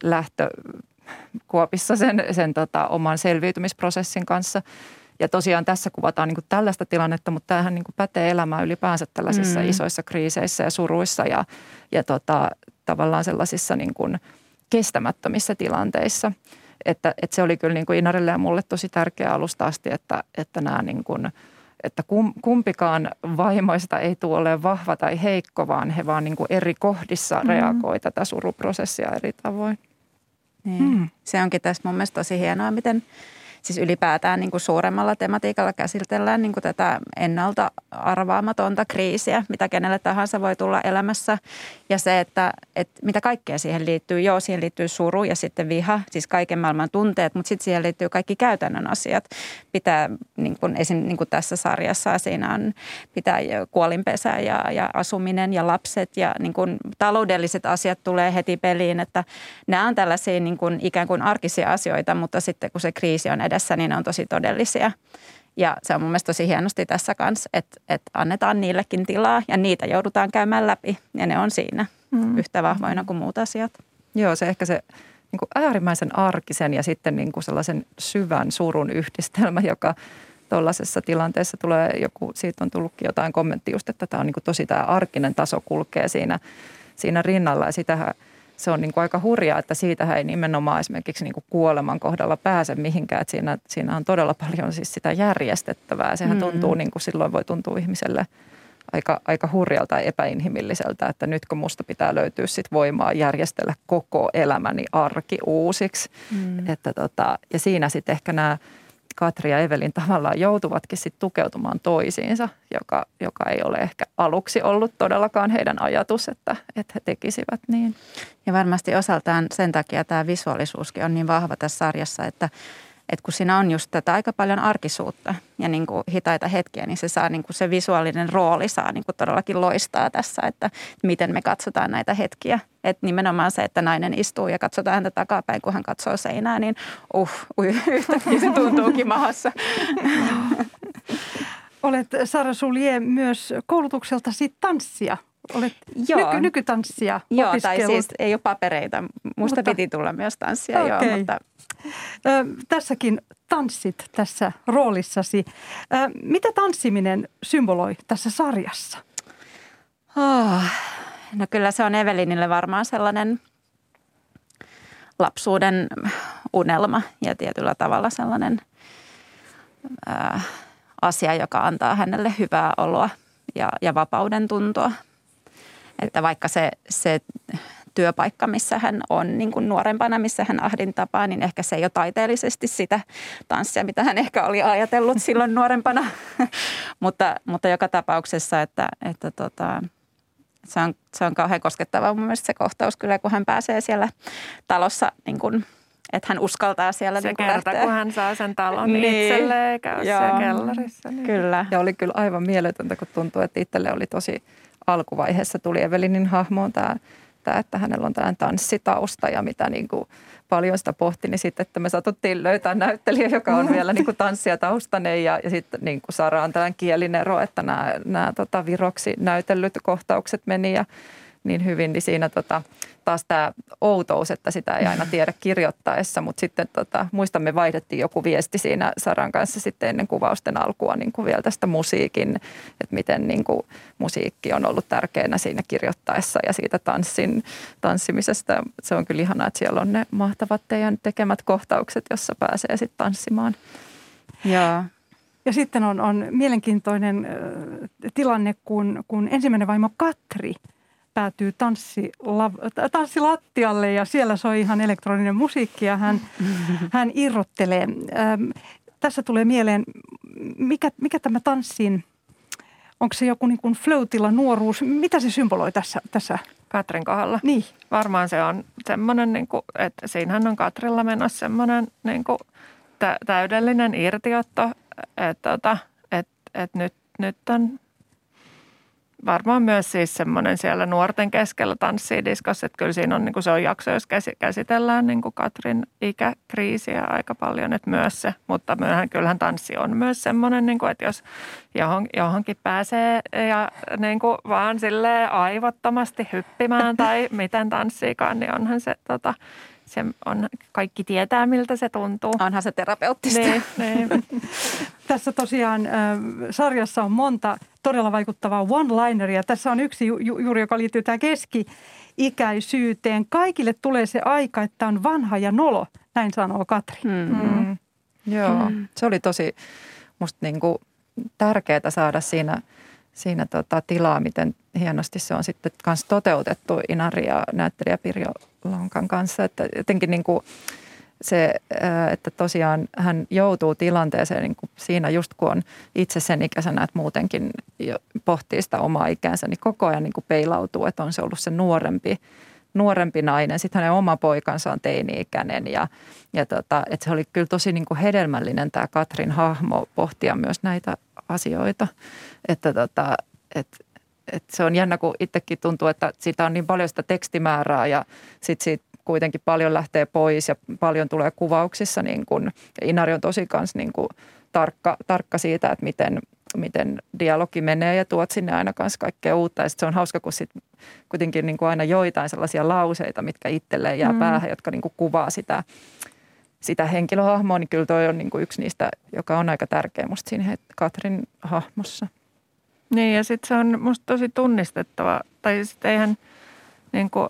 lähtökuopissa sen, sen tota, oman selviytymisprosessin kanssa. Ja tosiaan tässä kuvataan niin kuin tällaista tilannetta, mutta tämähän niin kuin pätee elämään ylipäänsä tällaisissa mm. isoissa kriiseissä ja suruissa ja, ja tota, tavallaan sellaisissa niin kuin kestämättömissä tilanteissa. Että, että se oli kyllä niin kuin Inarille ja mulle tosi tärkeä alusta asti, että, että nämä niin kuin, että kumpikaan vaimoista ei tule olemaan vahva tai heikko, vaan he vaan niin kuin eri kohdissa mm. reagoi tätä suruprosessia eri tavoin. Niin. Mm. Se onkin tässä mun mielestä tosi hienoa, miten siis ylipäätään niin kuin suuremmalla tematiikalla käsitellään niin kuin tätä ennalta arvaamatonta kriisiä, mitä kenelle tahansa voi tulla elämässä. Ja se, että, että mitä kaikkea siihen liittyy. Joo, siihen liittyy suru ja sitten viha, siis kaiken maailman tunteet, mutta sitten siihen liittyy kaikki käytännön asiat. Pitää, niin kuin esim. Niin kuin tässä sarjassa, siinä on pitää kuolinpesä ja, ja asuminen ja lapset ja niin kuin taloudelliset asiat tulee heti peliin. Että nämä on tällaisia niin kuin ikään kuin arkisia asioita, mutta sitten kun se kriisi on edessä, niin ne on tosi todellisia. Ja se on mun mielestä tosi hienosti tässä kanssa, että, että annetaan niillekin tilaa ja niitä joudutaan käymään läpi ja ne on siinä mm. yhtä vahvoina kuin muut asiat. Joo, se ehkä se niin kuin äärimmäisen arkisen ja sitten niin kuin sellaisen syvän surun yhdistelmä, joka tuollaisessa tilanteessa tulee joku, siitä on tullutkin jotain kommenttia just, että tämä on niin kuin tosi tämä arkinen taso kulkee siinä, siinä rinnalla ja sitähän se on niin kuin aika hurjaa, että siitähän ei nimenomaan esimerkiksi niin kuin kuoleman kohdalla pääse mihinkään. Että siinä, siinä on todella paljon siis sitä järjestettävää. Sehän tuntuu, niin kuin silloin voi tuntua ihmiselle aika, aika hurjalta ja epäinhimilliseltä, että nyt kun musta pitää löytyä sit voimaa järjestellä koko elämäni arki uusiksi. Mm. Että tota, ja siinä sitten ehkä nämä Katri ja Evelin tavallaan joutuvatkin sitten tukeutumaan toisiinsa, joka, joka ei ole ehkä aluksi ollut todellakaan heidän ajatus, että, että he tekisivät niin. Ja varmasti osaltaan sen takia tämä visuaalisuuskin on niin vahva tässä sarjassa, että, että kun siinä on just tätä aika paljon arkisuutta ja niin kuin hitaita hetkiä, niin se saa niin kuin se visuaalinen rooli saa niin kuin todellakin loistaa tässä, että miten me katsotaan näitä hetkiä. Että nimenomaan se, että nainen istuu ja katsotaan häntä takapäin, kun hän katsoo seinää, niin uh, yhtäkkiä se tuntuukin mahassa. Olet, Sara Sulje, myös koulutukseltasi tanssia. Olet nyky, nykytanssia Joo, opiskellut. tai siis ei ole papereita. Musta mutta, piti tulla myös tanssia, okay. joo. Mutta... Ö, tässäkin tanssit tässä roolissasi. Ö, mitä tanssiminen symboloi tässä sarjassa? Oh, no kyllä se on Evelinille varmaan sellainen lapsuuden unelma ja tietyllä tavalla sellainen ää, asia, joka antaa hänelle hyvää oloa ja, ja vapauden tuntoa. Että vaikka se, se työpaikka, missä hän on niin kuin nuorempana, missä hän Ahdin tapaa, niin ehkä se ei ole taiteellisesti sitä tanssia, mitä hän ehkä oli ajatellut silloin nuorempana. mutta, mutta joka tapauksessa, että, että tota, se, on, se on kauhean koskettava mun mielestä se kohtaus kyllä, kun hän pääsee siellä talossa niin kuin, että hän uskaltaa siellä se niin kerta, lähteä. kun hän saa sen talon niin. itselleen eikä ole siellä kellarissa. Niin. Kyllä. Ja oli kyllä aivan mieletöntä, kun tuntui, että itselle oli tosi alkuvaiheessa tuli Evelinin hahmoon tämä, tämä että hänellä on tällainen tanssitausta ja mitä niin kuin paljon sitä pohti, niin sitten, että me satuttiin löytää näyttelijä, joka on vielä niin kuin tanssia taustainen ja, ja sitten niin kuin Sara on tällainen kielinero, että nämä, nämä tota, viroksi näytellyt kohtaukset meni ja niin hyvin, niin siinä tota, taas tämä outous, että sitä ei aina tiedä kirjoittaessa, mutta sitten tota, muistamme vaihdettiin joku viesti siinä Saran kanssa sitten ennen kuvausten alkua niin kuin vielä tästä musiikin, että miten niin kuin musiikki on ollut tärkeänä siinä kirjoittaessa ja siitä tanssin, tanssimisesta. Se on kyllä ihanaa, että siellä on ne mahtavat teidän tekemät kohtaukset, jossa pääsee sitten tanssimaan. Ja, ja sitten on, on mielenkiintoinen äh, tilanne, kun, kun ensimmäinen vaimo Katri päätyy tanssila- tanssilattialle ja siellä soi ihan elektroninen musiikki ja hän, hän irrottelee. Ähm, tässä tulee mieleen, mikä, mikä tämä tanssin, onko se joku niin kuin flow-tila, nuoruus, mitä se symboloi tässä? tässä? Katrin kohdalla? Niin. Varmaan se on semmoinen, niin kuin, että siinähän on Katrilla menossa semmoinen niin kuin tä- täydellinen irtiotto, että, että, että, että nyt, nyt on... Varmaan myös siis semmoinen siellä nuorten keskellä tanssii diskossa, että kyllä siinä on, niin kuin se on jakso, jos käsitellään niin kuin Katrin ikäkriisiä aika paljon, että myös se, mutta myöhän kyllähän tanssi on myös semmoinen, niin kuin, että jos johon, johonkin pääsee ja niin kuin vaan silleen aivottomasti hyppimään tai miten tanssiikaan, niin onhan se tota, se on, kaikki tietää, miltä se tuntuu. Onhan se terapeuttista. Niin, niin. Tässä tosiaan äh, sarjassa on monta todella vaikuttavaa one-lineria. Tässä on yksi ju- ju- juuri, joka liittyy tähän keski-ikäisyyteen. Kaikille tulee se aika, että on vanha ja nolo, näin sanoo Katri. Mm. Mm. Joo, mm. se oli tosi musta niinku tärkeää saada siinä, siinä tota tilaa, miten hienosti se on sitten kanssa toteutettu Inari ja näyttelijä Pirjo Lonkan kanssa. Että jotenkin niinku se, että tosiaan hän joutuu tilanteeseen niin kuin siinä just kun on itse sen ikäisenä, että muutenkin pohtii sitä omaa ikänsä, niin koko ajan niin kuin peilautuu, että on se ollut se nuorempi, nuorempi nainen. Sitten hänen oma poikansa on teini-ikäinen ja, ja tota, että se oli kyllä tosi niin kuin hedelmällinen tämä Katrin hahmo pohtia myös näitä asioita. Että tota, että että se on jännä, kun itsekin tuntuu, että siitä on niin paljon sitä tekstimäärää ja sitten siitä kuitenkin paljon lähtee pois ja paljon tulee kuvauksissa. Niin kun, Inari on tosi kans niin kun tarkka, tarkka siitä, että miten, miten dialogi menee ja tuot sinne aina kanssa kaikkea uutta. Ja se on hauska, kun sit kuitenkin niin kun aina joitain sellaisia lauseita, mitkä itselleen jää mm. päähän, jotka niin kun kuvaa sitä, sitä henkilöhahmoa. Niin kyllä toi on niin kun yksi niistä, joka on aika tärkeä musta siinä Katrin hahmossa. Niin ja sitten se on musta tosi tunnistettava. Tai sitten eihän niin kuin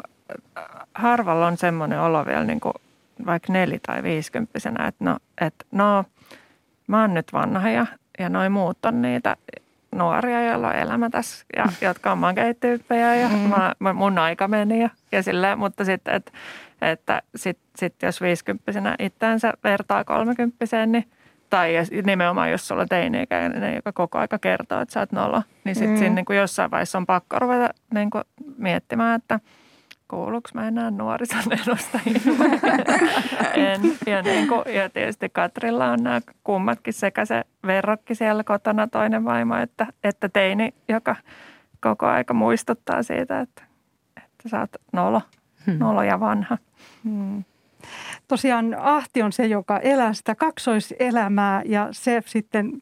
harvalla on semmoinen olo vielä niin kuin vaikka neli- tai viisikymppisenä, että no, että no mä oon nyt vanha ja, ja noi muut on niitä nuoria, joilla on elämä tässä ja jotka on makeityyppejä ja mm. mä, mun aika meni ja, ja silleen, mutta sitten, että, että sit, sit jos viisikymppisenä itseänsä vertaa kolmekymppiseen, niin tai nimenomaan, jos sulla on teini-ikäinen, joka koko aika kertoo, että sä oot nolo, niin sitten mm. siinä niin kuin jossain vaiheessa on pakko ruveta niin kuin miettimään, että kuuluuko mä enää nuorison edustajia. en. Ja, niin kuin, ja tietysti Katrilla on nämä kummatkin sekä se verrokki siellä kotona, toinen vaimo, että, että teini, joka koko aika muistuttaa siitä, että, että sä oot nolo, hmm. nolo ja vanha. Hmm. Tosiaan Ahti on se, joka elää sitä kaksoiselämää ja se sitten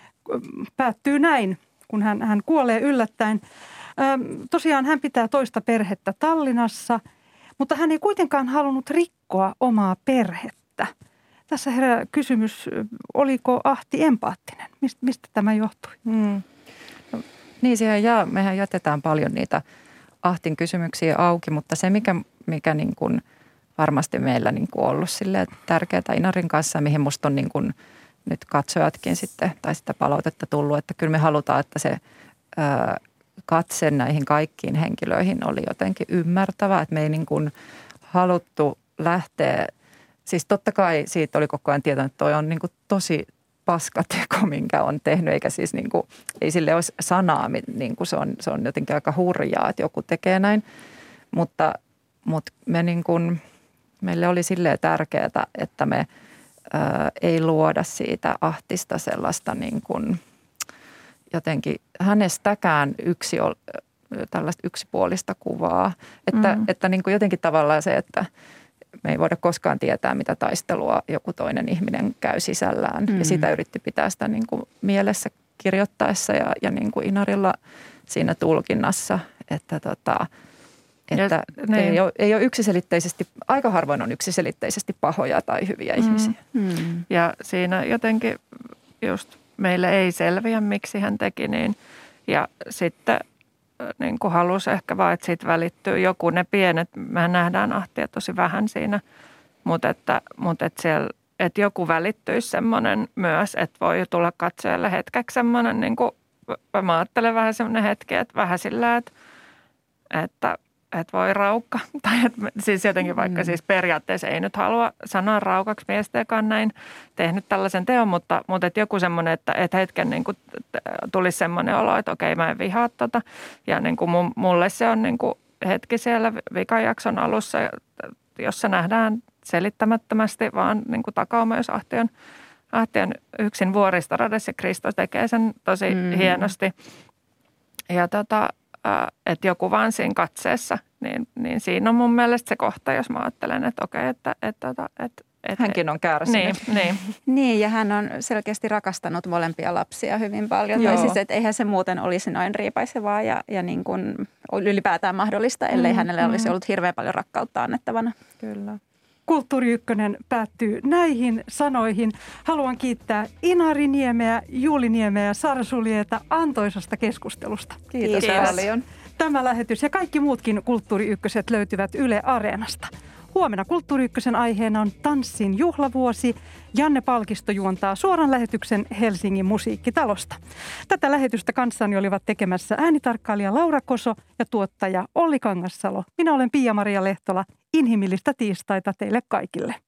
päättyy näin, kun hän, hän kuolee yllättäen. Ähm, tosiaan hän pitää toista perhettä Tallinnassa, mutta hän ei kuitenkaan halunnut rikkoa omaa perhettä. Tässä herää kysymys, oliko Ahti empaattinen? Mist, mistä tämä johtui? Hmm. No, niin, siihen jää, mehän jätetään paljon niitä Ahtin kysymyksiä auki, mutta se mikä, mikä niin kuin varmasti meillä niin kuin ollut tärkeää Inarin kanssa, mihin musta on niin kuin nyt katsojatkin sitten, tai sitä palautetta tullut, että kyllä me halutaan, että se ää, katse näihin kaikkiin henkilöihin oli jotenkin ymmärtävä, että me ei niin kuin haluttu lähteä, siis totta kai siitä oli koko ajan tietoinen, että toi on niin kuin tosi paska teko, minkä on tehnyt, eikä siis niin kuin, ei sille olisi sanaa, niin kuin se, on, se on jotenkin aika hurjaa, että joku tekee näin, mutta, mutta me niin kuin, meille oli silleen tärkeää, että me ää, ei luoda siitä Ahtista sellaista niin kuin jotenkin hänestäkään yksi, tällaista yksipuolista kuvaa. Että, mm. että niin kuin jotenkin tavallaan se, että me ei voida koskaan tietää, mitä taistelua joku toinen ihminen käy sisällään. Mm. Ja sitä yritti pitää sitä niin kuin mielessä kirjoittaessa ja, ja niin kuin Inarilla siinä tulkinnassa, että tota, Että ja, ei, ole, ei ole yksiselitteisesti, aika harvoin on yksiselitteisesti pahoja tai hyviä mm. ihmisiä. Mm. Ja siinä jotenkin just meille ei selviä, miksi hän teki niin. Ja sitten niin kuin halusi ehkä vaan, että siitä välittyy joku ne pienet, mehän nähdään Ahtia tosi vähän siinä, mutta että, mutta että, siellä, että joku välittyisi semmoinen myös, että voi tulla katsojalle hetkeksi semmoinen, niin kuin mä ajattelen vähän semmoinen hetki, että vähän sillä, että, että että voi raukka. Tai että siis jotenkin vaikka siis periaatteessa ei nyt halua sanoa raukaksi miestä, joka on näin tehnyt tällaisen teon, mutta, mutta että joku semmoinen, että, että hetken niin kuin tulisi semmoinen olo, että okei mä en vihaa tota. Ja niin kuin mulle se on niin kuin hetki siellä vikajakson alussa, jossa nähdään selittämättömästi vaan niin kuin takauma, jos Ahti on, Ahti on yksin vuoristoradassa ja Kristus tekee sen tosi mm. hienosti. Ja tota, että joku vaan siinä katseessa, niin, niin siinä on mun mielestä se kohta, jos mä ajattelen, että okei, että... että, että, että hänkin on kärsinyt. Niin, niin. niin, ja hän on selkeästi rakastanut molempia lapsia hyvin paljon. Joo. Tai siis, että eihän se muuten olisi noin riipaisevaa ja, ja niin kuin ylipäätään mahdollista, ellei mm, hänelle mm. olisi ollut hirveän paljon rakkautta annettavana. Kyllä. Kulttuuri Ykkönen päättyy näihin sanoihin. Haluan kiittää Inari Niemeä, Juuli Niemeä ja Sara Suljeta antoisasta keskustelusta. Kiitos, Kiitos paljon. Tämä lähetys ja kaikki muutkin Kulttuuri Ykköset löytyvät Yle Areenasta. Huomenna Kulttuuri Ykkösen aiheena on Tanssin juhlavuosi. Janne Palkisto juontaa suoran lähetyksen Helsingin musiikkitalosta. Tätä lähetystä kanssani olivat tekemässä äänitarkkailija Laura Koso ja tuottaja Olli Kangassalo. Minä olen Pia-Maria Lehtola. Inhimillistä tiistaita teille kaikille.